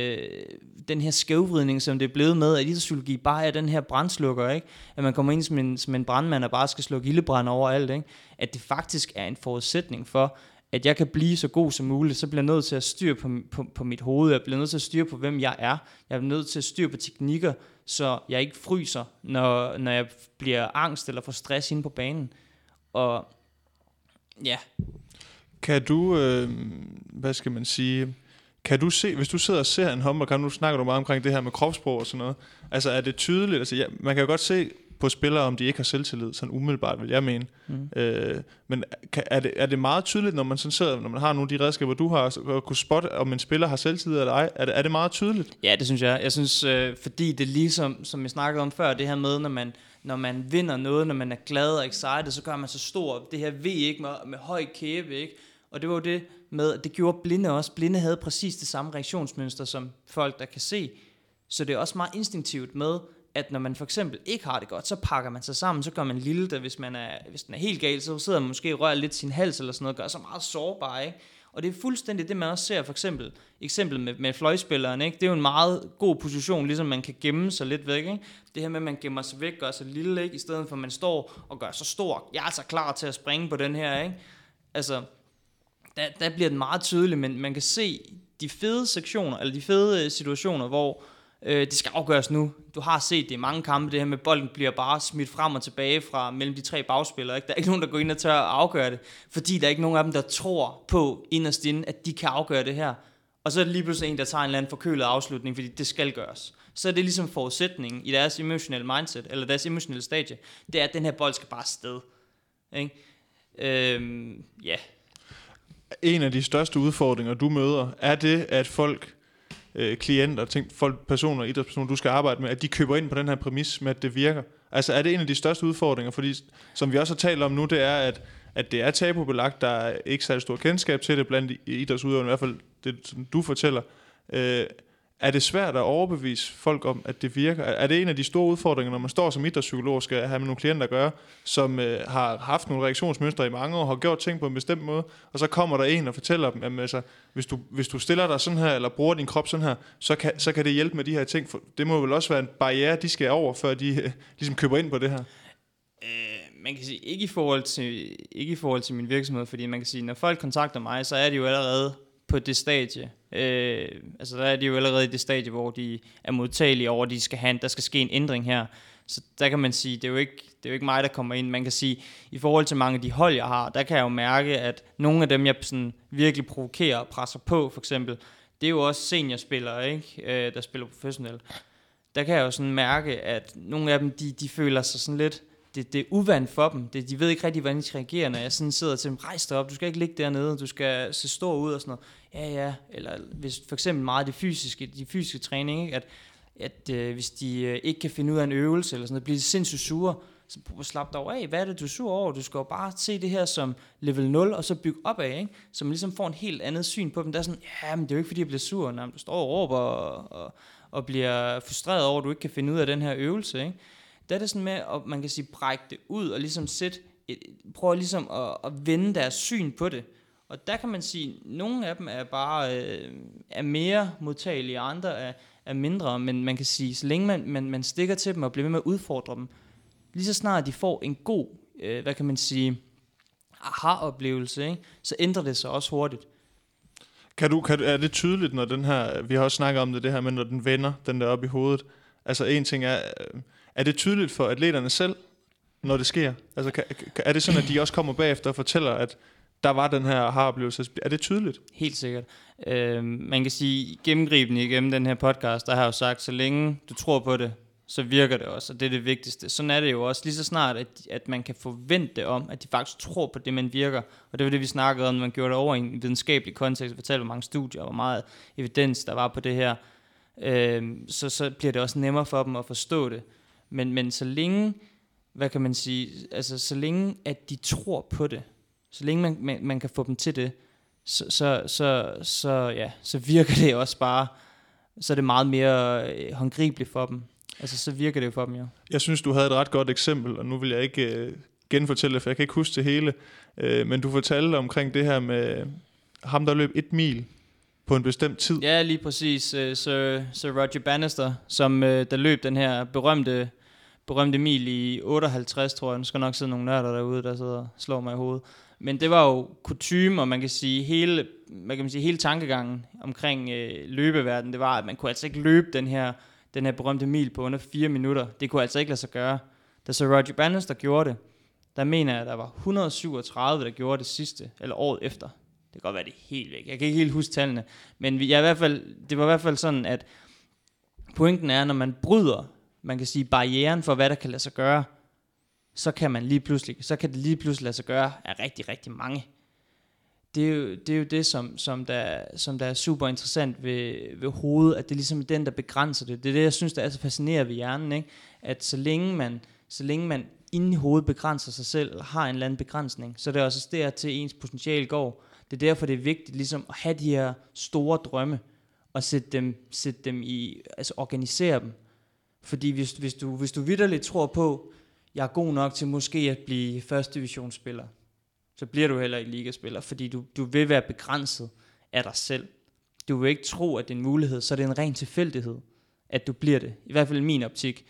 den her skævvridning, som det er blevet med, at idrætspsykologi bare er den her brandslukker, ikke? At man kommer ind som en brandmand og bare skal slukke ildebrand overalt, ikke? At det faktisk er en forudsætning for, at jeg kan blive så god som muligt, så bliver jeg nødt til at styre på mit hoved, jeg bliver nødt til at styre på, hvem jeg er, jeg er nødt til at styre på teknikker, så jeg ikke fryser, når jeg bliver angst eller får stress inde på banen. Og ja. Kan du, hvad skal man sige, kan du se, hvis du sidder og ser en håndboldkamp, nu snakker du meget omkring det her med kropssprog og sådan noget, altså er det tydeligt, altså man kan jo godt se på spillere, om de ikke har selvtillid, sådan umiddelbart vil jeg mene, men er det meget tydeligt, når man sådan sidder, når man har nogle af de redskaber, du har, at kunne spotte, om en spiller har selvtillid eller ej, er det meget tydeligt? Ja, det synes jeg. Jeg synes, fordi det ligesom, som jeg snakkede om før, det her med, når man vinder noget, når man er glad og excited, så gør man så stor, det her V, ikke, med høj kæbe, ikke? Og det var jo det med, at det gjorde blinde også. Blinde havde præcis det samme reaktionsmønster som folk, der kan se. Så det er også meget instinktivt med, at når man for eksempel ikke har det godt, så pakker man sig sammen, så gør man lille, der hvis den er helt galt, så sidder man måske og rører lidt sin hals eller sådan noget, gør sig meget sårbar, ikke? Og det er fuldstændig det, man også ser for eksempel med fløjspilleren, ikke? Det er jo en meget god position, ligesom man kan gemme sig lidt væk, ikke? Det her med, at man gemmer sig væk, gør sig lille, ikke? I stedet for, at man står og gør sig stor. Jeg er altså klar til at springe på den her, ikke? Altså, der bliver den meget tydelig, men man kan se de fede sektioner, eller de fede situationer, hvor det skal afgøres nu. Du har set det i mange kampe, det her med, bolden bliver bare smidt frem og tilbage fra mellem de tre bagspillere, ikke? Der er ikke nogen, der går ind og tør at afgøre det, fordi der er ikke nogen af dem, der tror på inderst inde, at de kan afgøre det her. Og så er det lige pludselig en, der tager en eller anden forkølet afslutning, fordi det skal gøres. Så er det ligesom forudsætningen i deres emotionelle mindset, eller deres emotionelle stadie, det er, at den her bold skal bare afsted. Ikke? Ja. En af de største udfordringer, du møder, er det, at folk, klienter, personer, idrætspersoner, du skal arbejde med, at de køber ind på den her præmis med, at det virker. Altså er det en af de største udfordringer, fordi som vi også har talt om nu, det er, at det er tabubelagt, der er ikke særlig stor kendskab til det blandt idrætsudøverne, i hvert fald det, som du fortæller. Er det svært at overbevise folk om, at det virker? Er det en af de store udfordringer, når man står som idrætspsykolog og skal have med nogle klienter at gøre, som har haft nogle reaktionsmønstre i mange år, har gjort ting på en bestemt måde, og så kommer der en og fortæller dem, at altså, hvis du stiller dig sådan her, eller bruger din krop sådan her, så kan det hjælpe med de her ting. For det må vel også være en barriere, de skal over, før de ligesom køber ind på det her. Man kan sige, ikke i forhold til min virksomhed, fordi man kan sige, når folk kontakter mig, så er de jo allerede på det stadie. Altså der er de jo allerede i det stadie, hvor de er modtagelige over, der skal ske en ændring her. Så der kan man sige, det er jo ikke mig, der kommer ind. Man kan sige, i forhold til mange af de hold, jeg har, der kan jeg jo mærke, at nogle af dem, jeg sådan virkelig provokerer og presser på, for eksempel, det er jo også seniorspillere, ikke? Der spiller professionelt. Der kan jeg jo sådan mærke, at nogle af dem, de føler sig sådan lidt, det er uvandt for dem. De ved ikke rigtig, hvordan de skal reagere, når jeg sådan sidder til dem, rejs dig op, du skal ikke ligge dernede, du skal se stor ud og sådan noget. Ja, eller hvis for eksempel meget de fysiske træning, ikke? At hvis de ikke kan finde ud af en øvelse, eller sådan noget, bliver de sindssygt sure, så slap dig over af, hvad er det, du er sur over? Du skal jo bare se det her som level 0, og så bygge op af, ikke? Så man ligesom får en helt andet syn på dem. Der er sådan, ja, men det er jo ikke, fordi jeg bliver sur, når du står og råber og bliver frustreret over, at du ikke kan finde ud af den her øvelse, ikke? Der er det sådan med, at man kan sige, brække det ud og ligesom prøve ligesom at vende deres syn på det. Og der kan man sige, at nogle af dem er bare er mere modtagelige, og andre er mindre, men man kan sige, så længe man stikker til dem og bliver ved med at udfordre dem, lige så snart de får en god, hvad kan man sige, aha-oplevelse, ikke? Så ændrer det sig også hurtigt. Er det tydeligt, når den her, vi har også snakket om det her med, når den vender, den der op i hovedet, altså en ting er det tydeligt for atleterne selv, når det sker? Altså er det sådan, at de også kommer bagefter og fortæller, at der var den her aha-oplevelse? Er det tydeligt? Helt sikkert. Man kan sige, gennemgribende igennem den her podcast, der har jeg jo sagt, så længe du tror på det, så virker det også, og det er det vigtigste. Sådan er det jo også lige så snart, at man kan forvente om, at de faktisk tror på det, man virker. Og det var det, vi snakkede om, når man gjorde det over i en videnskabelig kontekst, og fortalte, hvor mange studier og hvor meget evidens, der var på det her. Så bliver det også nemmere for dem at forstå det. Men så længe, hvad kan man sige, altså så længe, at de tror på det, så længe man kan få dem til det, så virker det også bare, så er det meget mere håndgribeligt for dem. Altså, så virker det jo for dem, jo. Jeg synes, du havde et ret godt eksempel, og nu vil jeg ikke genfortælle det, for jeg kan ikke huske det hele. Men du fortalte omkring det her med ham, der løb 1 mil på en bestemt tid. Ja, lige præcis. Så Roger Bannister, som der løb den her berømte mil i 58, tror jeg. Nu skal nok sidde nogle nørder derude, der sidder og slår mig i hovedet. Men det var jo kutyme, og man kan sige hele tankegangen omkring løbeverdenen, det var, at man kunne altså ikke løbe den her berømte mil på under 4 minutter. Det kunne altså ikke lade sig gøre. Da så Roger Bannister gjorde det, der mener jeg, at der var 137, der gjorde det sidste, eller året efter. Det kan godt være, det er helt væk. Jeg kan ikke helt huske tallene. Men det var i hvert fald sådan, at pointen er, når man bryder, man kan sige, barrieren for, hvad der kan lade sig gøre, så kan det lige pludselig lade sig gøre af rigtig, rigtig mange. Det er jo det, som der er super interessant ved hovedet, at det ligesom er den, der begrænser det. Det er det, jeg synes, der er så fascinerende ved hjernen, ikke? At så længe man inde i hovedet begrænser sig selv, eller har en eller anden begrænsning, så er det også der til ens potentiale går. Det er derfor, det er vigtigt ligesom at have de her store drømme, og sætte dem i, altså organisere dem. Fordi hvis du vitterligt tror på, jeg er god nok til måske at blive første divisionsspiller, så bliver du heller ikke ligaspiller, fordi du vil være begrænset af dig selv. Du vil ikke tro, at det er en mulighed, så er det en ren tilfældighed, at du bliver det. I hvert fald i min optik.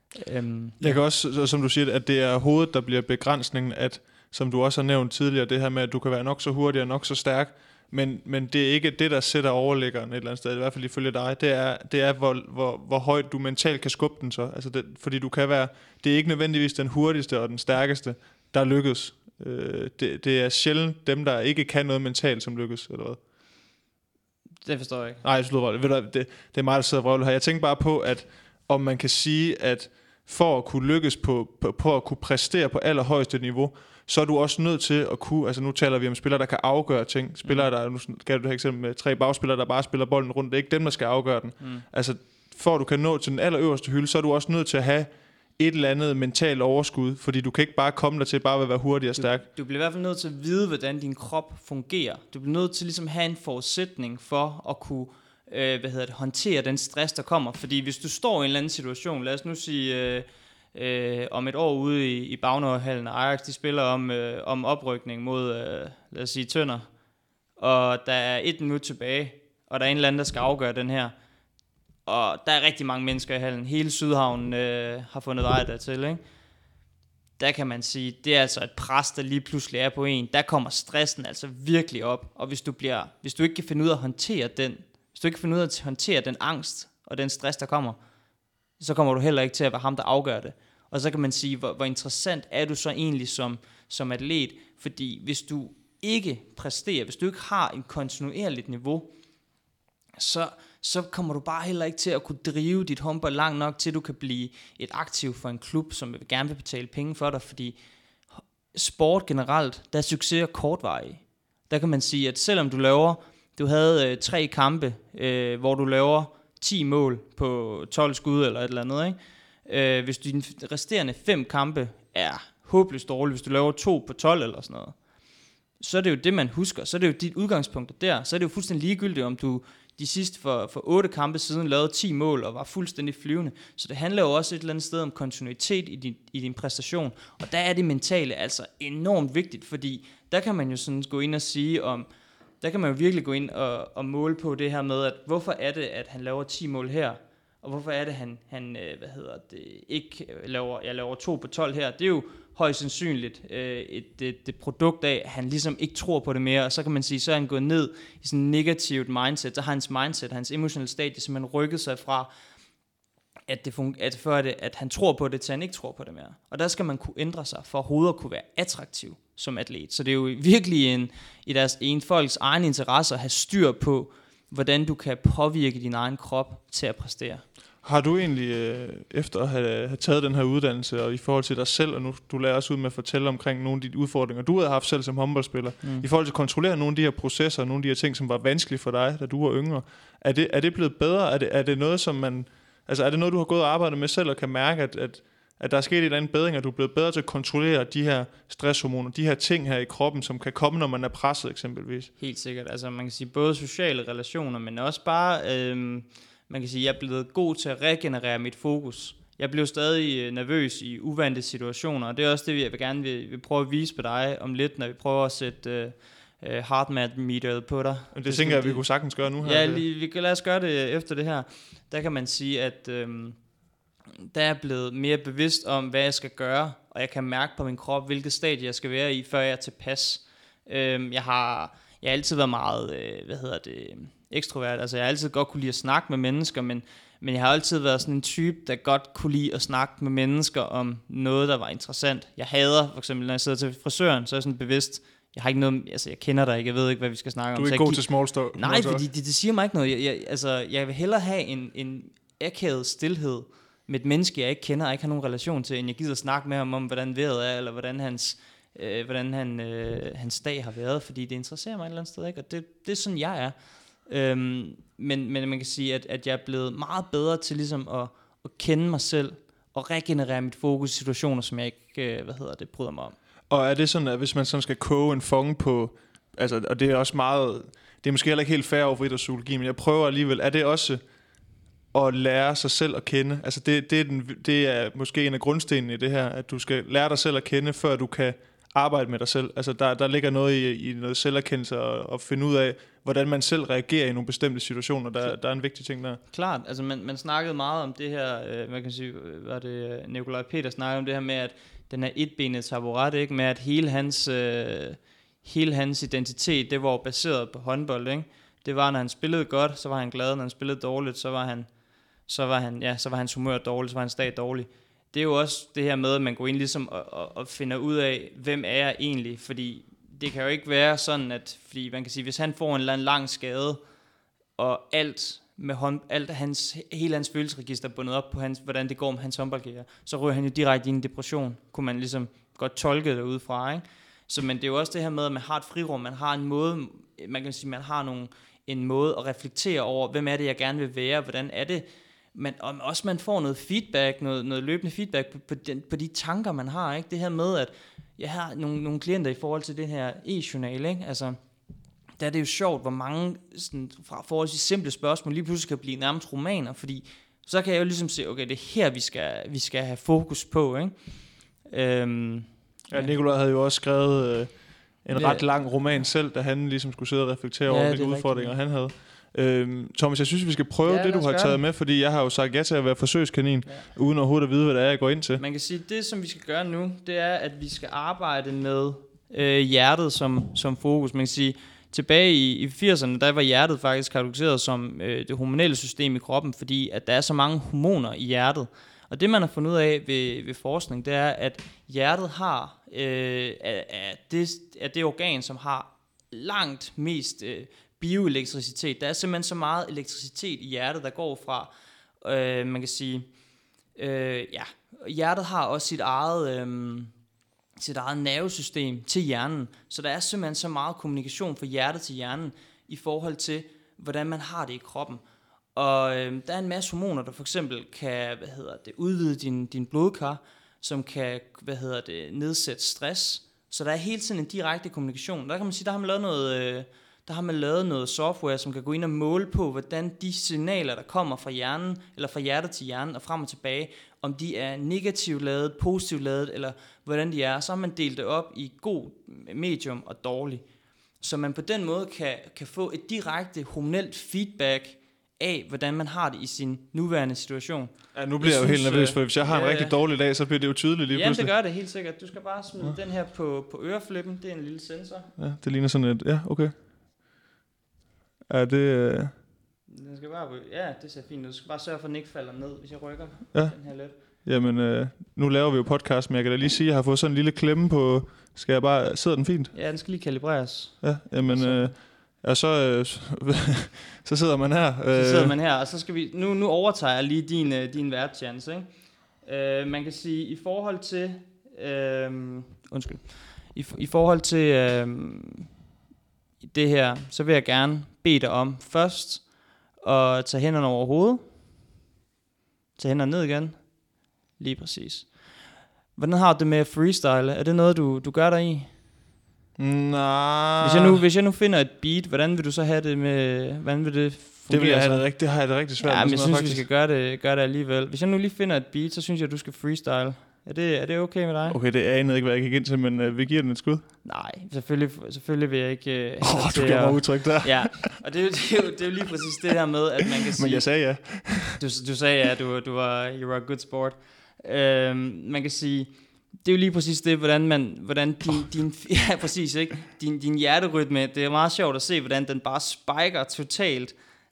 Jeg kan også, som du siger, at det er hovedet, der bliver begrænsningen, at, som du også har nævnt tidligere, det her med, at du kan være nok så hurtig og nok så stærk, men det er ikke det, der sætter overliggeren et eller andet sted, i hvert fald ifølge dig. Det er hvor højt du mentalt kan skubbe den så. Altså fordi du kan være, det er ikke nødvendigvis den hurtigste og den stærkeste, der lykkes. Det er sjældent dem, der ikke kan noget mentalt, som lykkes, eller hvad? Det forstår jeg ikke. Nej, det er meget, der sidder vrøvlet her. Jeg tænker bare på, at om man kan sige, at for at kunne lykkes på at kunne præstere på allerhøjeste niveau, så er du også nødt til at kunne, altså nu taler vi om spillere, der kan afgøre ting. Spillere, der, nu skal du det her eksempel med 3 bagspillere, der bare spiller bolden rundt. Det er ikke dem, der skal afgøre den. Altså, for at du kan nå til den allerøverste hylde, så er du også nødt til at have et eller andet mentalt overskud, fordi du kan ikke bare komme der til bare at være hurtig og stærk. Du bliver i hvert fald nødt til at vide, hvordan din krop fungerer. Du bliver nødt til ligesom at have en forudsætning for at kunne håndtere den stress, der kommer. Fordi hvis du står i en eller anden situation, lad os nu sige om et år ude i Bagnåhallen, og Ajax de spiller om oprykning mod, lad os sige, Tønder, og der er 1 minut tilbage, og der er en eller anden, der skal afgøre den her. Og der er rigtig mange mennesker i hallen. Hele Sydhavnen har fundet vej dertil, ikke? Der kan man sige, det er altså et pres, der lige pludselig er på en. Der kommer stressen altså virkelig op. Og hvis du ikke kan finde ud af at håndtere den, hvis du ikke kan finde ud af at håndtere den angst og den stress, der kommer, så kommer du heller ikke til at være ham, der afgør det. Og så kan man sige, hvor interessant er du så egentlig som atlet? Fordi hvis du ikke præsterer, hvis du ikke har en kontinuerligt niveau, så kommer du bare heller ikke til at kunne drive dit håndbold langt nok, til du kan blive et aktiv for en klub, som gerne vil betale penge for dig, fordi sport generelt, der er succes kortvarige. Der kan man sige, at selvom du havde 3 kampe, hvor du laver 10 mål på 12 skud eller et eller andet, ikke? Hvis dine resterende 5 kampe er håbløst dårlige, hvis du laver 2 på 12 eller sådan noget, så er det jo det, man husker. Så er det jo dit udgangspunkt der. Så er det jo fuldstændig ligegyldigt, om du de sidste for 8 kampe siden lavede 10 mål og var fuldstændig flyvende. Så det handler jo også et eller andet sted om kontinuitet i din præstation. Og der er det mentale altså enormt vigtigt, fordi der kan man jo sådan gå ind og sige der kan man jo virkelig gå ind og måle på det her med, at hvorfor er det, at han laver 10 mål her, og hvorfor er det, han ikke laver 2 på 12 her. Det er jo højst sandsynligt et produkt af, at han ligesom ikke tror på det mere, og så kan man sige, så er han gået ned i sådan en negativt mindset, så har hans mindset, hans emotionelle stadie simpelthen rykket sig fra, at han tror på det, til han ikke tror på det mere. Og der skal man kunne ændre sig, for overhovedet at kunne være attraktiv som atlet. Så det er jo virkelig i deres folks egen interesse at have styr på, hvordan du kan påvirke din egen krop til at præstere. Har du egentlig, efter at have taget den her uddannelse, og i forhold til dig selv, og nu du lærer også ud med at fortælle omkring nogle af de udfordringer, du havde haft selv som håndboldspiller, i forhold til at kontrollere nogle af de her processer, nogle af de her ting, som var vanskelige for dig, da du var yngre, er det blevet bedre? Er det noget, som er det noget, du har gået og arbejdet med selv, og kan mærke, at der er sket en eller anden bedring, at du er blevet bedre til at kontrollere de her stresshormoner, de her ting her i kroppen, som kan komme, når man er presset eksempelvis? Helt sikkert. Altså man kan sige både sociale relationer, men også bare, man kan sige, jeg er blevet god til at regenerere mit fokus. Jeg blev stadig nervøs i uvante situationer, og det er også det, jeg gerne vil prøve at vise på dig om lidt, når vi prøver at sætte HeartMath-meteret på dig. Det tænker jeg, vi kunne sagtens gøre nu her. Ja, vi kan lade os gøre det efter det her. Der kan man sige, at der er blevet mere bevidst om, hvad jeg skal gøre, og jeg kan mærke på min krop, hvilket stadie jeg skal være i, før jeg er tilpas. Jeg har altid været meget, ekstrovert. Altså jeg har altid godt kunne lide at snakke med mennesker, men jeg har altid været sådan en type, der godt kunne lide at snakke med mennesker om noget, der var interessant. Jeg hader, for eksempel, når jeg sidder til frisøren, så er jeg sådan bevidst, jeg har ikke noget, altså jeg kender dig ikke, jeg ved ikke, hvad vi skal snakke om. Du er ikke god til small talk? Nej, fordi det siger mig ikke noget. Jeg vil hellere have en akavet stilhed med et menneske, jeg ikke kender, og ikke har nogen relation til, end jeg gider snakke med ham om, hvordan vejret er, eller hvordan hans dag har været, fordi det interesserer mig et eller andet sted, ikke? Og det er sådan, jeg er. Men man kan sige, at jeg er blevet meget bedre til ligesom at kende mig selv, og regenerere mit fokus i situationer, som jeg ikke, bryder mig om. Og er det sådan, at hvis man sådan skal koge en fong på, altså, og det er også meget, det er måske heller ikke helt fair over for idrætspsykologi, men jeg prøver alligevel, er det også at lære sig selv at kende? Altså det er måske en af grundstenene i det her, at du skal lære dig selv at kende, før du kan arbejde med dig selv. Altså der ligger noget i noget selverkendelse og finde ud af, hvordan man selv reagerer i nogle bestemte situationer. Der er en vigtig ting der. Klart, altså man snakkede meget om det her, man kan sige, var det Nikolaj Peter snakkede om det her med, at den her etbenede taburet, ikke, med at hele hans identitet, det var baseret på håndbold, ikke? Det var, når han spillede godt, så var han glad, når han spillede dårligt, så var hans humør dårligt, så var hans dag dårlig. Det er jo også det her med, at man går ind ligesom og finder ud af, hvem er jeg egentlig, fordi det kan jo ikke være sådan, at fordi man kan sige, hvis han får en eller anden lang skade, og hele hans følelsesregister bundet op på hvordan det går med hans håndboldkarriere, så ryger han jo direkte i en depression, kunne man ligesom godt tolke det udefra, ikke? Så men det er jo også det her med, at man har et frirum, man har en måde, man kan sige, man har en måde at reflektere over, hvem er det, jeg gerne vil være, hvordan er det, men også man får noget feedback, noget løbende feedback på de tanker, man har, ikke? Det her med, at jeg har nogle klienter i forhold til det her e-journal, ikke? Altså, der er det jo sjovt, hvor mange sådan, fra forholdsvis simple spørgsmål lige pludselig kan blive nærmest romaner, fordi så kan jeg jo ligesom se, okay, det er her, vi skal have fokus på, ikke? Ja, Nikolaj havde jo også skrevet en ret lang roman selv, da han ligesom skulle sidde og reflektere over de udfordringer, han havde. Thomas, jeg synes, vi skal prøve det, du har taget med, fordi jeg har jo sagt ja til at være forsøgskanin, uden overhovedet at vide, hvad det er, jeg går ind til. Man kan sige, at det, som vi skal gøre nu, det er, at vi skal arbejde med hjertet som fokus. Man kan sige, tilbage i 80'erne, der var hjertet faktisk kategoriseret som det hormonelle system i kroppen, fordi at der er så mange hormoner i hjertet. Og det, man har fundet ud af ved forskning, det er, at hjertet er det organ, som har langt mest bioelektricitet. Der er simpelthen så meget elektricitet i hjertet, der går fra, man kan sige, hjertet har også sit eget nervesystem til hjernen, så der er simpelthen så meget kommunikation fra hjertet til hjernen, i forhold til, hvordan man har det i kroppen. Og der er en masse hormoner, der for eksempel kan, udvide din blodkar, som kan, nedsætte stress, så der er hele tiden en direkte kommunikation. Der kan man sige, der har man lavet der har man lavet noget software, som kan gå ind og måle på, hvordan de signaler, der kommer fra hjernen, eller fra hjertet til hjernen og frem og tilbage, om de er negativt lavet, positivt lavet, eller hvordan de er. Så har man delt det op i god, medium og dårlig. Så man på den måde kan få et direkte hormonelt feedback af, hvordan man har det i sin nuværende situation. Ja, nu bliver jeg jo helt nervøs, for hvis jeg har en rigtig dårlig dag, så bliver det jo tydeligt lige pludselig. Jamen, det gør det helt sikkert. Du skal bare smide den her på øreflippen. Det er en lille sensor. Ja, det ligner sådan et... Ja, okay. Er det... Den skal bare... Ja, det ser fint ud. Du skal bare sørge for, at den ikke falder ned, hvis jeg rykker den her lidt. Jamen, nu laver vi jo podcast, men jeg kan da lige sige, at jeg har fået sådan en lille klemme på... Skal jeg bare... Sidder den fint? Ja, den skal lige kalibreres. Ja, jamen... så sidder man her. Så sidder man her, og så skal vi... Nu overtager jeg lige din værtchance, ikke? Man kan sige, i forhold til... I forhold til det her, så vil jeg gerne bede dig om først at tage hænderne over hovedet. Tage hænderne ned igen. Lige præcis. Hvordan har du det med freestyle? Er det noget, du gør dig i? Nej. Hvis jeg nu finder et beat, hvordan vil du så have det med... Hvordan vil det fungere? Det vil jeg have det har jeg det rigtig svært med. Ja, men jeg synes, vi skal gøre det alligevel. Hvis jeg nu lige finder et beat, så synes jeg, du skal freestyle. Er det okay med dig? Okay, det anede ikke, hvad jeg gik ind til, men vi giver den et skud. Nej, selvfølgelig vil jeg ikke... Du giver mig udtryk der. Ja, og det er jo lige præcis det her med, at man kan sige... Men jeg sagde ja. Du sagde ja, you were a good sport. Man kan sige... Det er jo lige præcis det, hvordan din ja, præcis, ikke? Din hjerterytme, det er meget sjovt at se, hvordan den bare spiker totalt.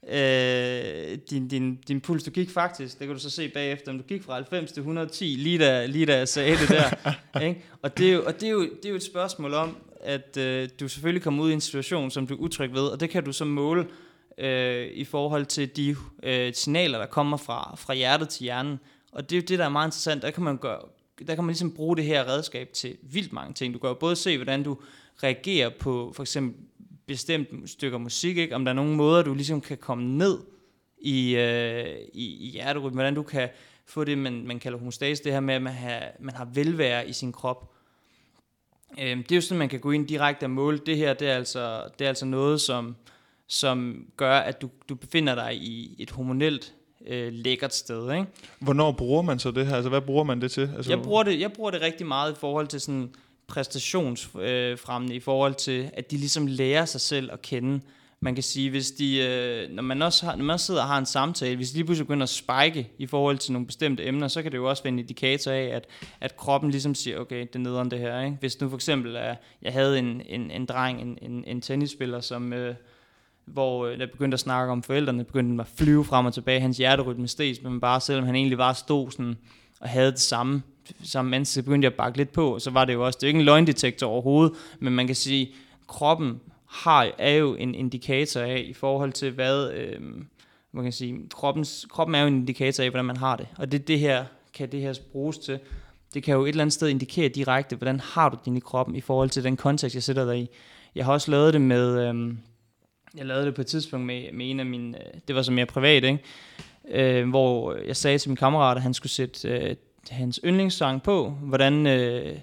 Din puls, du gik faktisk, det kan du så se bagefter, om du gik fra 90 til 110, lige da jeg sagde det der. Ikke? Og det er jo et spørgsmål om, at du selvfølgelig kommer ud i en situation, som du er utryg ved, og det kan du så måle i forhold til de signaler, der kommer fra hjertet til hjernen. Og det er jo det, der er meget interessant. Der kan man ligesom bruge det her redskab til vildt mange ting. Du kan jo både se, hvordan du reagerer på for eksempel bestemte stykker musik, ikke? Om der er nogle måder, du ligesom kan komme ned i hjerterytmen, hvordan du kan få det, man kalder homostase, det her med, at man har velvære i sin krop. Det er jo sådan, man kan gå ind direkte og måle. Det her, det er altså noget, som gør, at du befinder dig i et hormonelt lækkert sted, ikke? Hvornår bruger man så det her? Altså, hvad bruger man det til? Altså... Jeg bruger det rigtig meget i forhold til sådan præstationsfremmende, i forhold til, at de ligesom lærer sig selv at kende. Man kan sige, hvis de, når man også sidder og har en samtale, hvis de lige pludselig begynder at spike i forhold til nogle bestemte emner, så kan det jo også være en indikator af, at kroppen ligesom siger, okay, det er nederen det her, ikke? Hvis nu for eksempel, jeg havde en dreng, en tennisspiller, som... hvor der begyndte at snakke om forældrene, begyndte at flyve frem og tilbage, hans hjerterytme steg, men bare selvom han egentlig bare stod sådan, og havde det samme ansigt, begyndte jeg at bakke lidt på, så var det jo også, det er jo ikke en løgndetektor overhovedet, men man kan sige, kroppen er jo en indikator af, i forhold til hvad, man kan sige, kroppen er jo en indikator af, hvordan man har det, og det her kan det her bruges til. Det kan jo et eller andet sted indikere direkte, hvordan har du din i kroppen, i forhold til den kontekst, jeg sætter dig i. Jeg har også lavet det med... Jeg lavede det på et tidspunkt med en af mine... Det var så mere privat, ikke? Hvor jeg sagde til min kammerat, at han skulle sætte hans yndlingssang på. Hvordan... det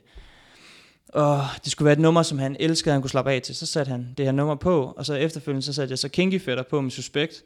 skulle være et nummer, som han elskede, han kunne slappe af til. Så satte han det her nummer på, og så efterfølgende så satte jeg så Kinky Fætter på med Suspekt.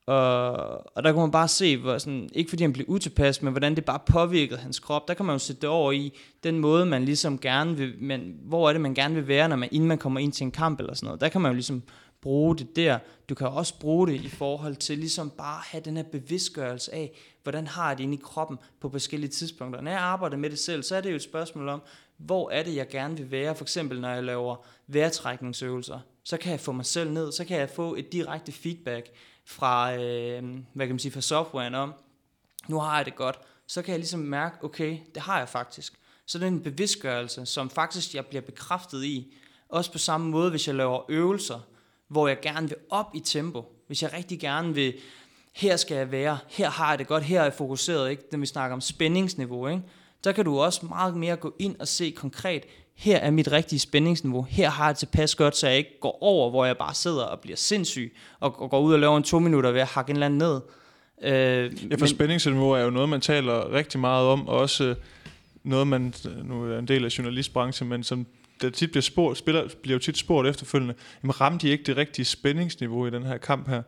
Og der kunne man bare se, hvor sådan, ikke fordi han blev utilpas, men hvordan det bare påvirkede hans krop. Der kan man jo sætte det over i den måde, man ligesom gerne vil... hvor er det, man gerne vil være, inden man kommer ind til en kamp eller sådan noget. Der kan man jo ligesom bruge det der. Du kan også bruge det i forhold til ligesom bare have den her bevidstgørelse af, hvordan har jeg det inde i kroppen på forskellige tidspunkter. Når jeg arbejder med det selv, så er det jo et spørgsmål om, hvor er det, jeg gerne vil være. For eksempel, når jeg laver vejrtrækningsøvelser, så kan jeg få mig selv ned, så kan jeg få et direkte feedback fra, hvad kan man sige, fra softwaren om, nu har jeg det godt. Så kan jeg ligesom mærke, okay, det har jeg faktisk. Så det er en bevidstgørelse, som faktisk jeg bliver bekræftet i. Også på samme måde, hvis jeg laver øvelser, hvor jeg gerne vil op i tempo. Hvis jeg rigtig gerne vil, her skal jeg være, her har jeg det godt, her er jeg fokuseret, ikke? Når vi snakker om spændingsniveau, ikke? Der kan du også meget mere gå ind og se konkret, her er mit rigtige spændingsniveau, her har jeg tilpas godt, så jeg ikke går over, hvor jeg bare sidder og bliver sindssyg, og går ud og laver en 2 minutter ved at hakke en eller anden ned. For spændingsniveau er jo noget, man taler rigtig meget om, og også noget, man, nu er en del af journalistbranchen, men som der tit bliver jo tit spurgt efterfølgende, jamen ramte de ikke det rigtige spændingsniveau i den her kamp her?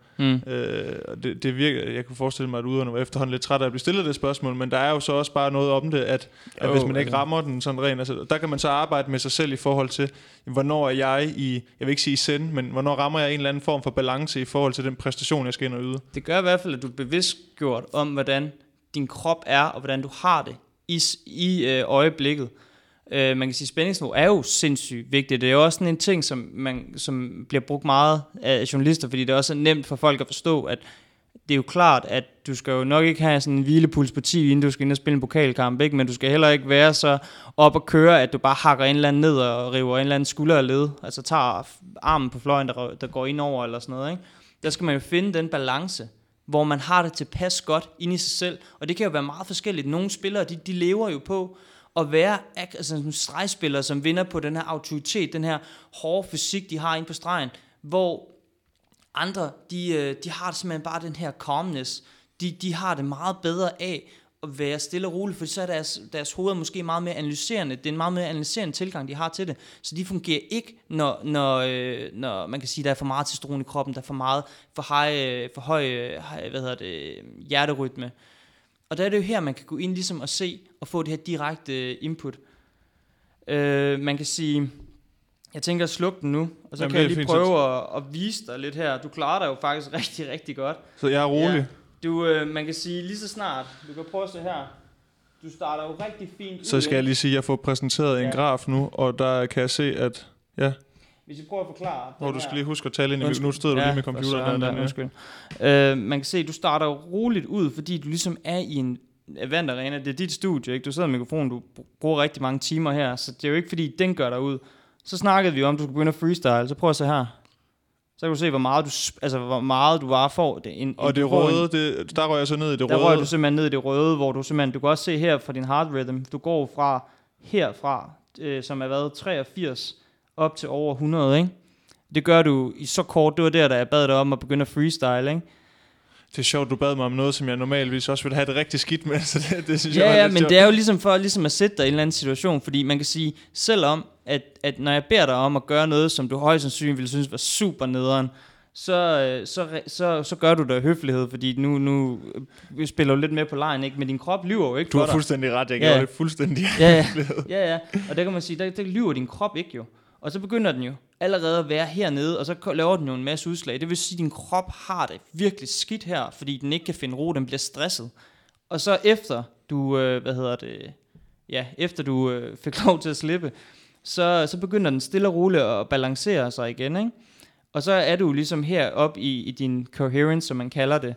Det virker, jeg kunne forestille mig, at udøverne var efterhånden lidt træt af at blive stillet det spørgsmål, men der er jo så også bare noget om det, at hvis man ikke rammer den sådan rent, altså, der kan man så arbejde med sig selv i forhold til, hvornår er jeg jeg vil ikke sige send, men hvornår rammer jeg en eller anden form for balance i forhold til den præstation, jeg skal ind og yde. Det gør i hvert fald, at du er bevidstgjort om, hvordan din krop er, og hvordan du har det i øjeblikket. Man kan sige, at spændingsniveau er jo sindssygt vigtigt. Det er jo også sådan en ting, som bliver brugt meget af journalister, fordi det også er nemt for folk at forstå, at det er jo klart, at du skal jo nok ikke have sådan en hvilepuls på 10, inden du skal ind og spille en pokalkamp, ikke? Men du skal heller ikke være så op og køre, at du bare hakker en eller anden ned og river en eller anden skulder og led, altså tager armen på fløjen, der går ind over eller sådan noget, ikke? Der skal man jo finde den balance, hvor man har det tilpas godt inde i sig selv, og det kan jo være meget forskelligt. Nogle spillere, de lever jo på at være altså stregspillere, som vinder på den her autoritet, den her hårde fysik, de har inde på stregen, hvor andre, de har det simpelthen bare den her calmness. De har det meget bedre af at være stille og roligt, for så er deres hoveder måske meget mere analyserende. Det er en meget mere analyserende tilgang, de har til det. Så de fungerer ikke, når man kan sige, der er for meget testosteron i kroppen, der er for høj hjerterytme. Og der er det jo her, man kan gå ind ligesom og se og få det her direkte input. Man kan sige, jeg tænker at slukke den nu, og så kan jeg lige prøve at vise dig lidt her. Du klarer dig jo faktisk rigtig, rigtig godt. Så jeg er rolig. Ja, man kan sige lige så snart, du kan prøve at se her, du starter jo rigtig fint. Så skal jeg lige sige, at jeg får præsenteret en graf nu, og der kan jeg se, at hvis jeg prøver at forklare... du skal lige huske at tale ind i nu stod du lige med computeren. Man kan se, at du starter roligt ud, fordi du ligesom er i en event arena. Det er dit studie, ikke? Du sidder med mikrofonen, du bruger rigtig mange timer her, så det er jo ikke fordi, den gør dig ud. Så snakkede vi om, at du skulle begynde at freestyle, så prøv at se her. Så kan du se, hvor meget du var for det. Og det røde, der rører jeg så ned i det røde. Der rører du simpelthen ned i det røde, hvor du kan også se her fra din heart rhythm, du går fra herfra, som er været 83, op til over 100, ikke? Det gør du i så kort. Det var der jeg bad dig om at begynde at freestyle, ikke? Det er sjovt, du bad mig om noget, som jeg normalvis også ville have det rigtig skidt med. Så det synes jeg var men sjovt. Det er jo ligesom for ligesom at sætte dig i en eller anden situation, fordi man kan sige, selvom at når jeg beder dig om at gøre noget, som du højst sandsynligt ville synes var super nederen, så gør du det af høflighed, fordi nu spiller du lidt med på lejen, ikke? Men din krop lyver jo ikke. Du har fuldstændig ret, jeg gjorde det fuldstændig ja. Og der kan man sige, der lyver din krop ikke jo. Og så begynder den jo allerede at være hernede, og så laver den jo en masse udslag. Det vil sige, at din krop har det virkelig skidt her, fordi den ikke kan finde ro, den bliver stresset. Og så efter du, efter du fik lov til at slippe, så begynder den stille og roligt at balancere sig igen, ikke? Og så er du ligesom heroppe i din coherence, som man kalder det,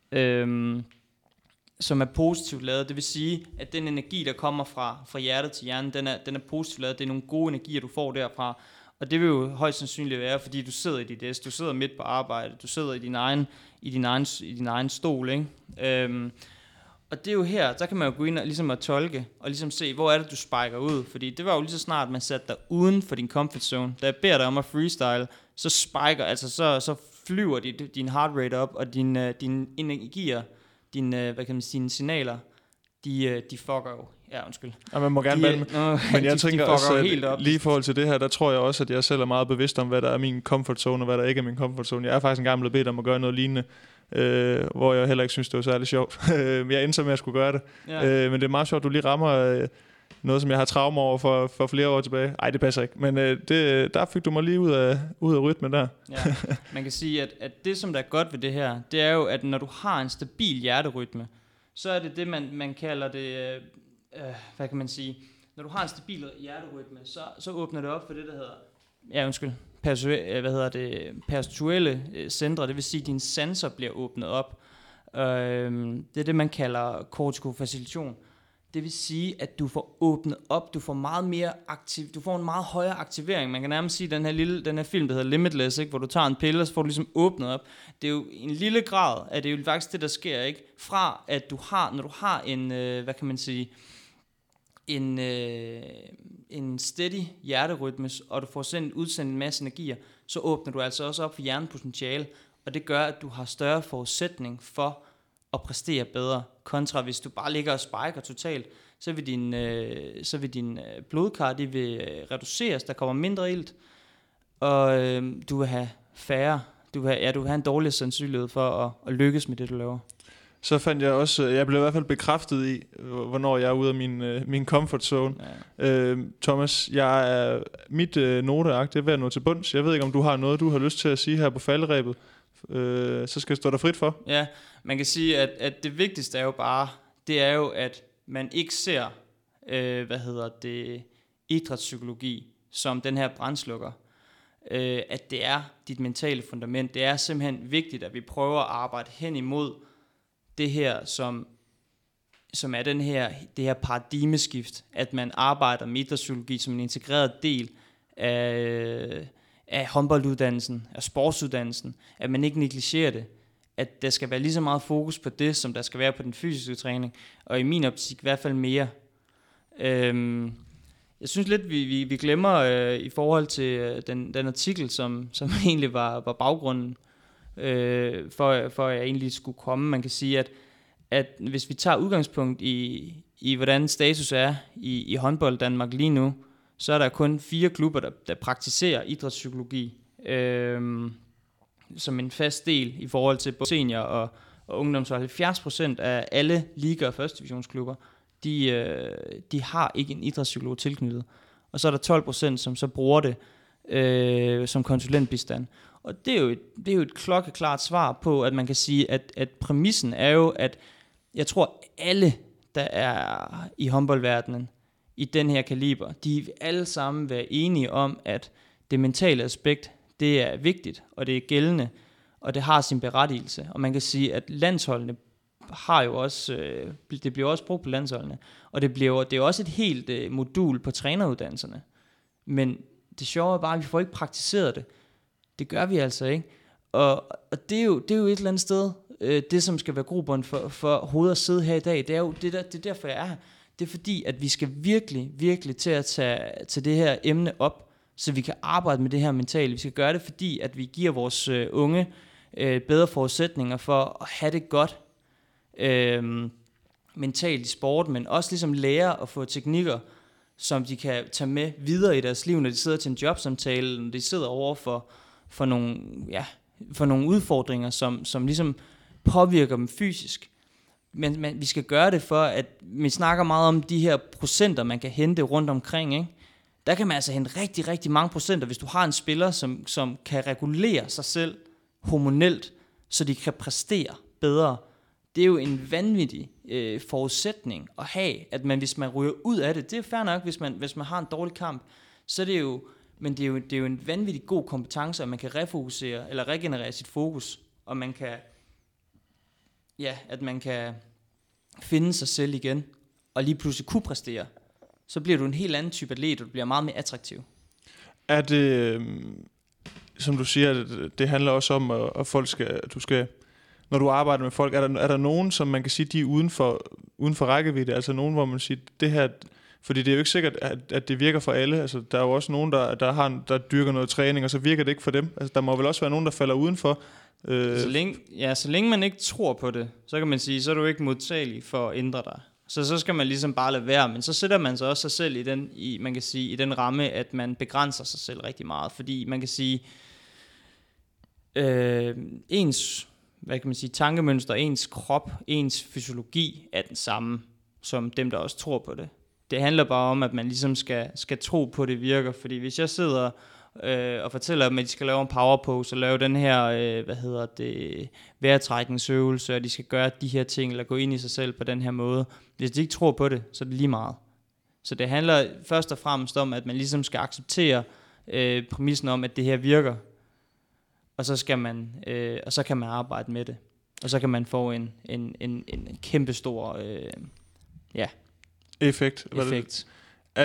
som er positivt lavet. Det vil sige, at den energi, der kommer fra hjertet til hjernen, den er positivt lavet. Det er nogle gode energier, du får derfra. Og det vil jo højst sandsynligt være, fordi du sidder i dit S, du sidder midt på arbejde, du sidder i din egen stol, ikke? Og det er jo her, der kan man jo gå ind og ligesom at tolke, og ligesom se, hvor er det, du spiker ud. Fordi det var jo lige så snart, man satte dig uden for din comfort zone. Da jeg beder dig om at freestyle, så spiker, altså så flyver din heart rate op, og dine energier, dine signaler, de fucker jo. Ja, undskyld. Ja, man må gerne men jeg tænker også, at lige i forhold til det her, der tror jeg også, at jeg selv er meget bevidst om, hvad der er min comfort zone, og hvad der ikke er min comfort zone. Jeg er faktisk engang blevet bedt om at gøre noget lignende, hvor jeg heller ikke synes, det var særlig sjovt. Jeg endte så med at skulle gøre det. Ja. Men det er meget sjovt, at du lige rammer noget, som jeg har traumer over for flere år tilbage. Ej, det passer ikke. Men der fik du mig lige ud af rytmen der. Ja. Man kan sige, at det, som der er godt ved det her, det er jo, at når du har en stabil hjerterytme, så er det man kalder det, hvad kan man sige, når du har en stabil hjerterytme, så åbner det op for det, der hedder, perceptuelle centre, det vil sige, at dine sanser bliver åbnet op. Det er det, man kalder kortikofacilitation. Det vil sige, at du får åbnet op, du får meget mere du får en meget højere aktivering. Man kan nærmest sige, den her film, der hedder Limitless, ikke, hvor du tager en pille, og så får du ligesom åbnet op. Det er jo en lille grad, at det er jo faktisk det, der sker, ikke? Fra at når du har en, hvad kan man sige, en steady hjerterytme, og du får udsendt en masse energier, så åbner du altså også op for hjernepotentiale, og det gør, at du har større forudsætning for at præstere bedre, kontra hvis du bare ligger og spiker totalt, så vil din blodkar, de vil reduceres, der kommer mindre ilt, og du vil have færre, du vil have en dårlig sandsynlighed for at lykkes med det, du laver. Så fandt jeg også, jeg blev i hvert fald bekræftet i, hvornår jeg er ude af min comfort zone. Ja. Thomas, mit noteark, det er ved at nå til bunds. Jeg ved ikke, om du har noget, du har lyst til at sige her på falderebet. Så skal jeg stå dig frit for. Ja, man kan sige, at det vigtigste er jo bare, det er jo, at man ikke ser, idrætspsykologi som den her brandslukker. At det er dit mentale fundament. Det er simpelthen vigtigt, at vi prøver at arbejde hen imod det her, som er det her paradigmeskift, at man arbejder med idrætspsykologi som en integreret del af håndbolduddannelsen, af sportsuddannelsen, at man ikke negligerer det, at der skal være lige så meget fokus på det, som der skal være på den fysiske træning, og i min optik i hvert fald mere. Jeg synes lidt, vi glemmer i forhold til den artikel, som egentlig var baggrunden, for at jeg egentlig skulle komme. Man kan sige, at hvis vi tager udgangspunkt i hvordan status er i håndbold Danmark lige nu, så er der kun 4 klubber, der praktiserer idrætspsykologi som en fast del i forhold til både senior og ungdoms. Så 70% af alle liga- og første divisionsklubber, de har ikke en idrætspsykolog tilknyttet. Og så er der 12%, som så bruger det som konsulentbistand. Og det er jo et klokkeklart svar på, at man kan sige, at præmissen er jo, at jeg tror alle, der er i håndboldverdenen, i den her kaliber, de vil alle sammen være enige om, at det mentale aspekt, det er vigtigt, og det er gældende, og det har sin berettigelse. Og man kan sige, at landsholdene har jo også, det bliver også brugt på landsholdene, og det er jo også et helt modul på træneruddannelserne. Men det sjove er bare, at vi får ikke praktiseret det. Det gør vi altså ikke. Og det er jo et eller andet sted, det som skal være grobund for hovedet at sidde her i dag, det er derfor jeg er her. Det er fordi, at vi skal virkelig, virkelig til at tage det her emne op, så vi kan arbejde med det her mentale. Vi skal gøre det, fordi at vi giver vores unge bedre forudsætninger for at have det godt mentalt i sport, men også ligesom lære at få teknikker, som de kan tage med videre i deres liv, når de sidder til en jobsamtale, når de sidder over for nogle udfordringer, som ligesom påvirker dem fysisk. Men vi skal gøre det for, at vi snakker meget om de her procenter, man kan hente rundt omkring, ikke? Der kan man altså hente rigtig, rigtig mange procenter, hvis du har en spiller, som kan regulere sig selv hormonelt, så de kan præstere bedre. Det er jo en vanvittig forudsætning at have, at hvis man ryger ud af det, det er fair nok, hvis man har en dårlig kamp, så er det jo, men det er jo en vanvittig god kompetence, at man kan refokusere, eller regenerere sit fokus, og man kan, at man kan finde sig selv igen, og lige pludselig kunne præstere, så bliver du en helt anden type atlet, og du bliver meget mere attraktiv. Er det, som du siger, det handler også om, at folk når du arbejder med folk, er der nogen, som man kan sige, de er uden for rækkevidde, altså nogen, hvor man siger, det her, fordi det er jo ikke sikkert, at det virker for alle, altså der er jo også nogen, der dyrker noget træning, og så virker det ikke for dem, altså der må vel også være nogen, der falder udenfor. Så længe man ikke tror på det, så kan man sige, så er du ikke modtagelig for at ændre dig. Så skal man ligesom bare lade være, men så sætter man sig også sig selv i den ramme, at man begrænser sig selv rigtig meget, fordi man kan sige, ens tankemønster, ens krop, ens fysiologi er den samme, som dem, der også tror på det. Det handler bare om, at man ligesom skal tro på, det virker, fordi hvis jeg sidder og fortæller dem, at de skal lave en power pose, og lave den her, vejrtrækningsøvelse, og de skal gøre de her ting, eller gå ind i sig selv på den her måde. Hvis de ikke tror på det, så er det lige meget. Så det handler først og fremmest om, at man ligesom skal acceptere præmissen om, at det her virker, og så kan man arbejde med det, og så kan man få en kæmpe stor effekt. Er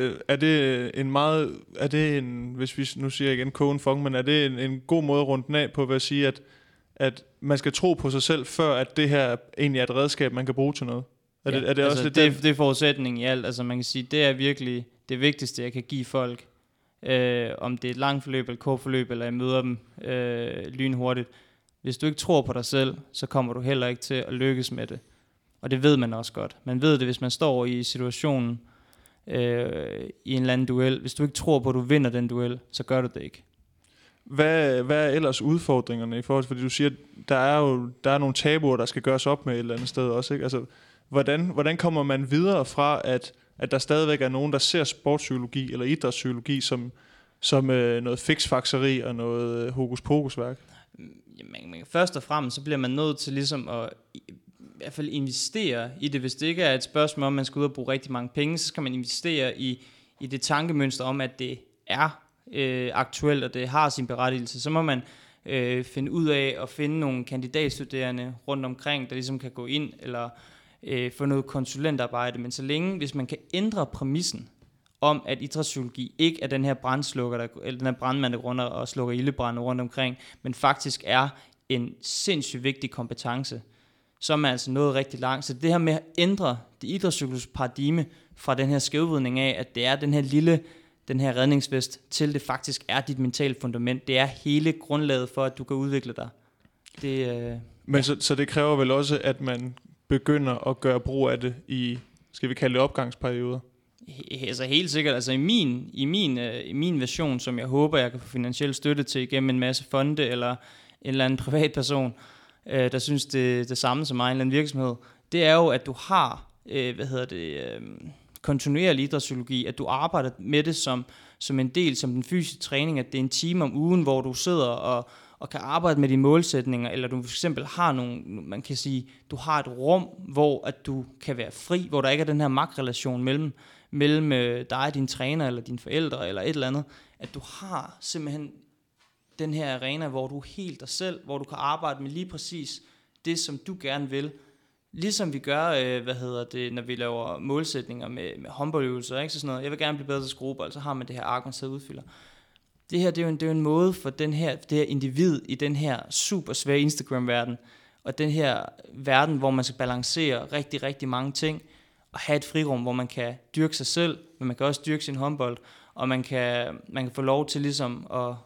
det en, hvis vi nu siger igen kogen fong, men er det en god måde rundt den af på at sige, at man skal tro på sig selv, før at det her egentlig er et redskab, man kan bruge til noget? Er det også det er forudsætning i alt. Altså man kan sige, det er virkelig det vigtigste, jeg kan give folk. Om det er et langt forløb eller kort forløb, eller jeg møder dem lynhurtigt. Hvis du ikke tror på dig selv, så kommer du heller ikke til at lykkes med det. Og det ved man også godt. Man ved det, hvis man står i situationen i en eller anden duel. Hvis du ikke tror på, at du vinder den duel, så gør du det ikke. Hvad er ellers udfordringerne i forhold til, fordi du siger, der er nogle tabuer, der skal gøres op med et eller andet sted også, ikke? Altså, hvordan kommer man videre fra, at der stadigvæk er nogen, der ser sportspsykologi eller idrætspsykologi som noget fiksfakseri og noget hokus pokusværk? Jamen, først og fremmest, så bliver man nødt til ligesom at i hvert fald investere i det. Hvis det ikke er et spørgsmål om, man skal ud og bruge rigtig mange penge, så skal man investere i det tankemønster om, at det er aktuelt, og det har sin berettigelse. Så må man finde ud af at finde nogle kandidatstuderende rundt omkring, der ligesom kan gå ind eller få noget konsulentarbejde. Men så længe, hvis man kan ændre præmissen om, at idrætspsykologi ikke er den her brandslukker, eller den her brandmand, der runder og slukker ildebrande rundt omkring, men faktisk er en sindssygt vigtig kompetence, så er man altså nået rigtig langt. Så det her med at ændre det idrætspsykologiske paradigme fra den her skævvridning af, at det er den her redningsvest, til det faktisk er dit mentale fundament. Det er hele grundlaget for, at du kan udvikle dig. Men så det kræver vel også, at man begynder at gøre brug af det i, skal vi kalde det opgangsperioder? Altså helt sikkert. Altså i min version, som jeg håber, jeg kan få finansiel støtte til igennem en masse fonde, eller en eller anden privatperson, der synes det samme som mig, en eller anden virksomhed, det er jo, at du har kontinuerlig idrætspsykologi, at du arbejder med det som en del, som den fysiske træning, at det er en time om ugen, hvor du sidder og kan arbejde med dine målsætninger, eller du for eksempel har man kan sige, du har et rum, hvor at du kan være fri, hvor der ikke er den her magtrelation mellem dig og din træner, eller dine forældre, eller et eller andet, at du har simpelthen den her arena, hvor du er helt dig selv, hvor du kan arbejde med lige præcis det, som du gerne vil. Ligesom vi gør, når vi laver målsætninger med håndboldøvelser, ikke? Så sådan noget. Jeg vil gerne blive bedre til skruebold, så har man det her ark, man sidder udfylder. Det her, det er jo en måde for det her individ i den her super svære Instagram-verden, og den her verden, hvor man skal balancere rigtig, rigtig mange ting, og have et frirum, hvor man kan dyrke sig selv, men man kan også dyrke sin håndbold, og man kan få lov til ligesom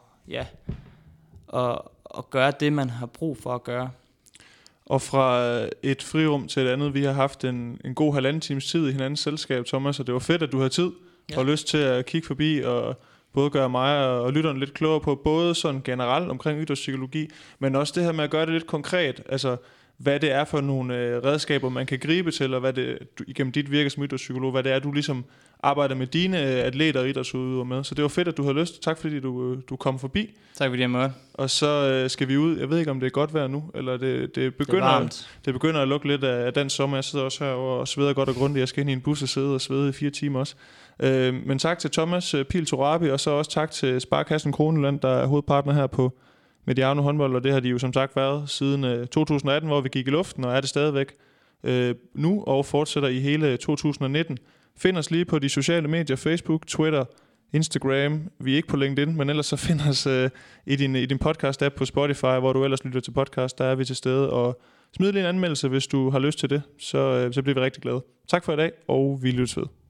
at gøre det, man har brug for at gøre. Og fra et frirum til et andet, vi har haft en god 1,5 times tid i hinandens selskab, Thomas, og det var fedt, at du havde tid og lyst til at kigge forbi og både gøre mig og lytterne lidt klogere på, både sådan generelt omkring idrætspsykologi, men også det her med at gøre det lidt konkret, altså hvad det er for nogle redskaber, man kan gribe til, og hvad det igennem dit virke som idrætspsykolog, hvad det er, du ligesom arbejder med dine atleter og idrætsudøvere med. Så det var fedt, at du havde lyst. Tak fordi du kom forbi. Tak fordi jeg måtte. Og så skal vi ud. Jeg ved ikke, om det er godt vejr nu, eller det begynder at lukke lidt af den sommer. Jeg sidder også her og sveder godt og grundigt. Jeg skal ind i en bus og sidde og svede i 4 timer også. Men tak til Thomas Pihl Torabi, og så også tak til Sparekassen Kronjylland, der er hovedpartner her på Mediano håndbold, og det har de jo som sagt været siden 2018, hvor vi gik i luften, og er det stadigvæk nu, og fortsætter i hele 2019. Find os lige på de sociale medier, Facebook, Twitter, Instagram. Vi er ikke på LinkedIn, men ellers så find os i din podcast-app på Spotify, hvor du ellers lytter til podcast. Der er vi til stede, og smid lige en anmeldelse, hvis du har lyst til det. Så bliver vi rigtig glade. Tak for i dag, og vi lyttes ved.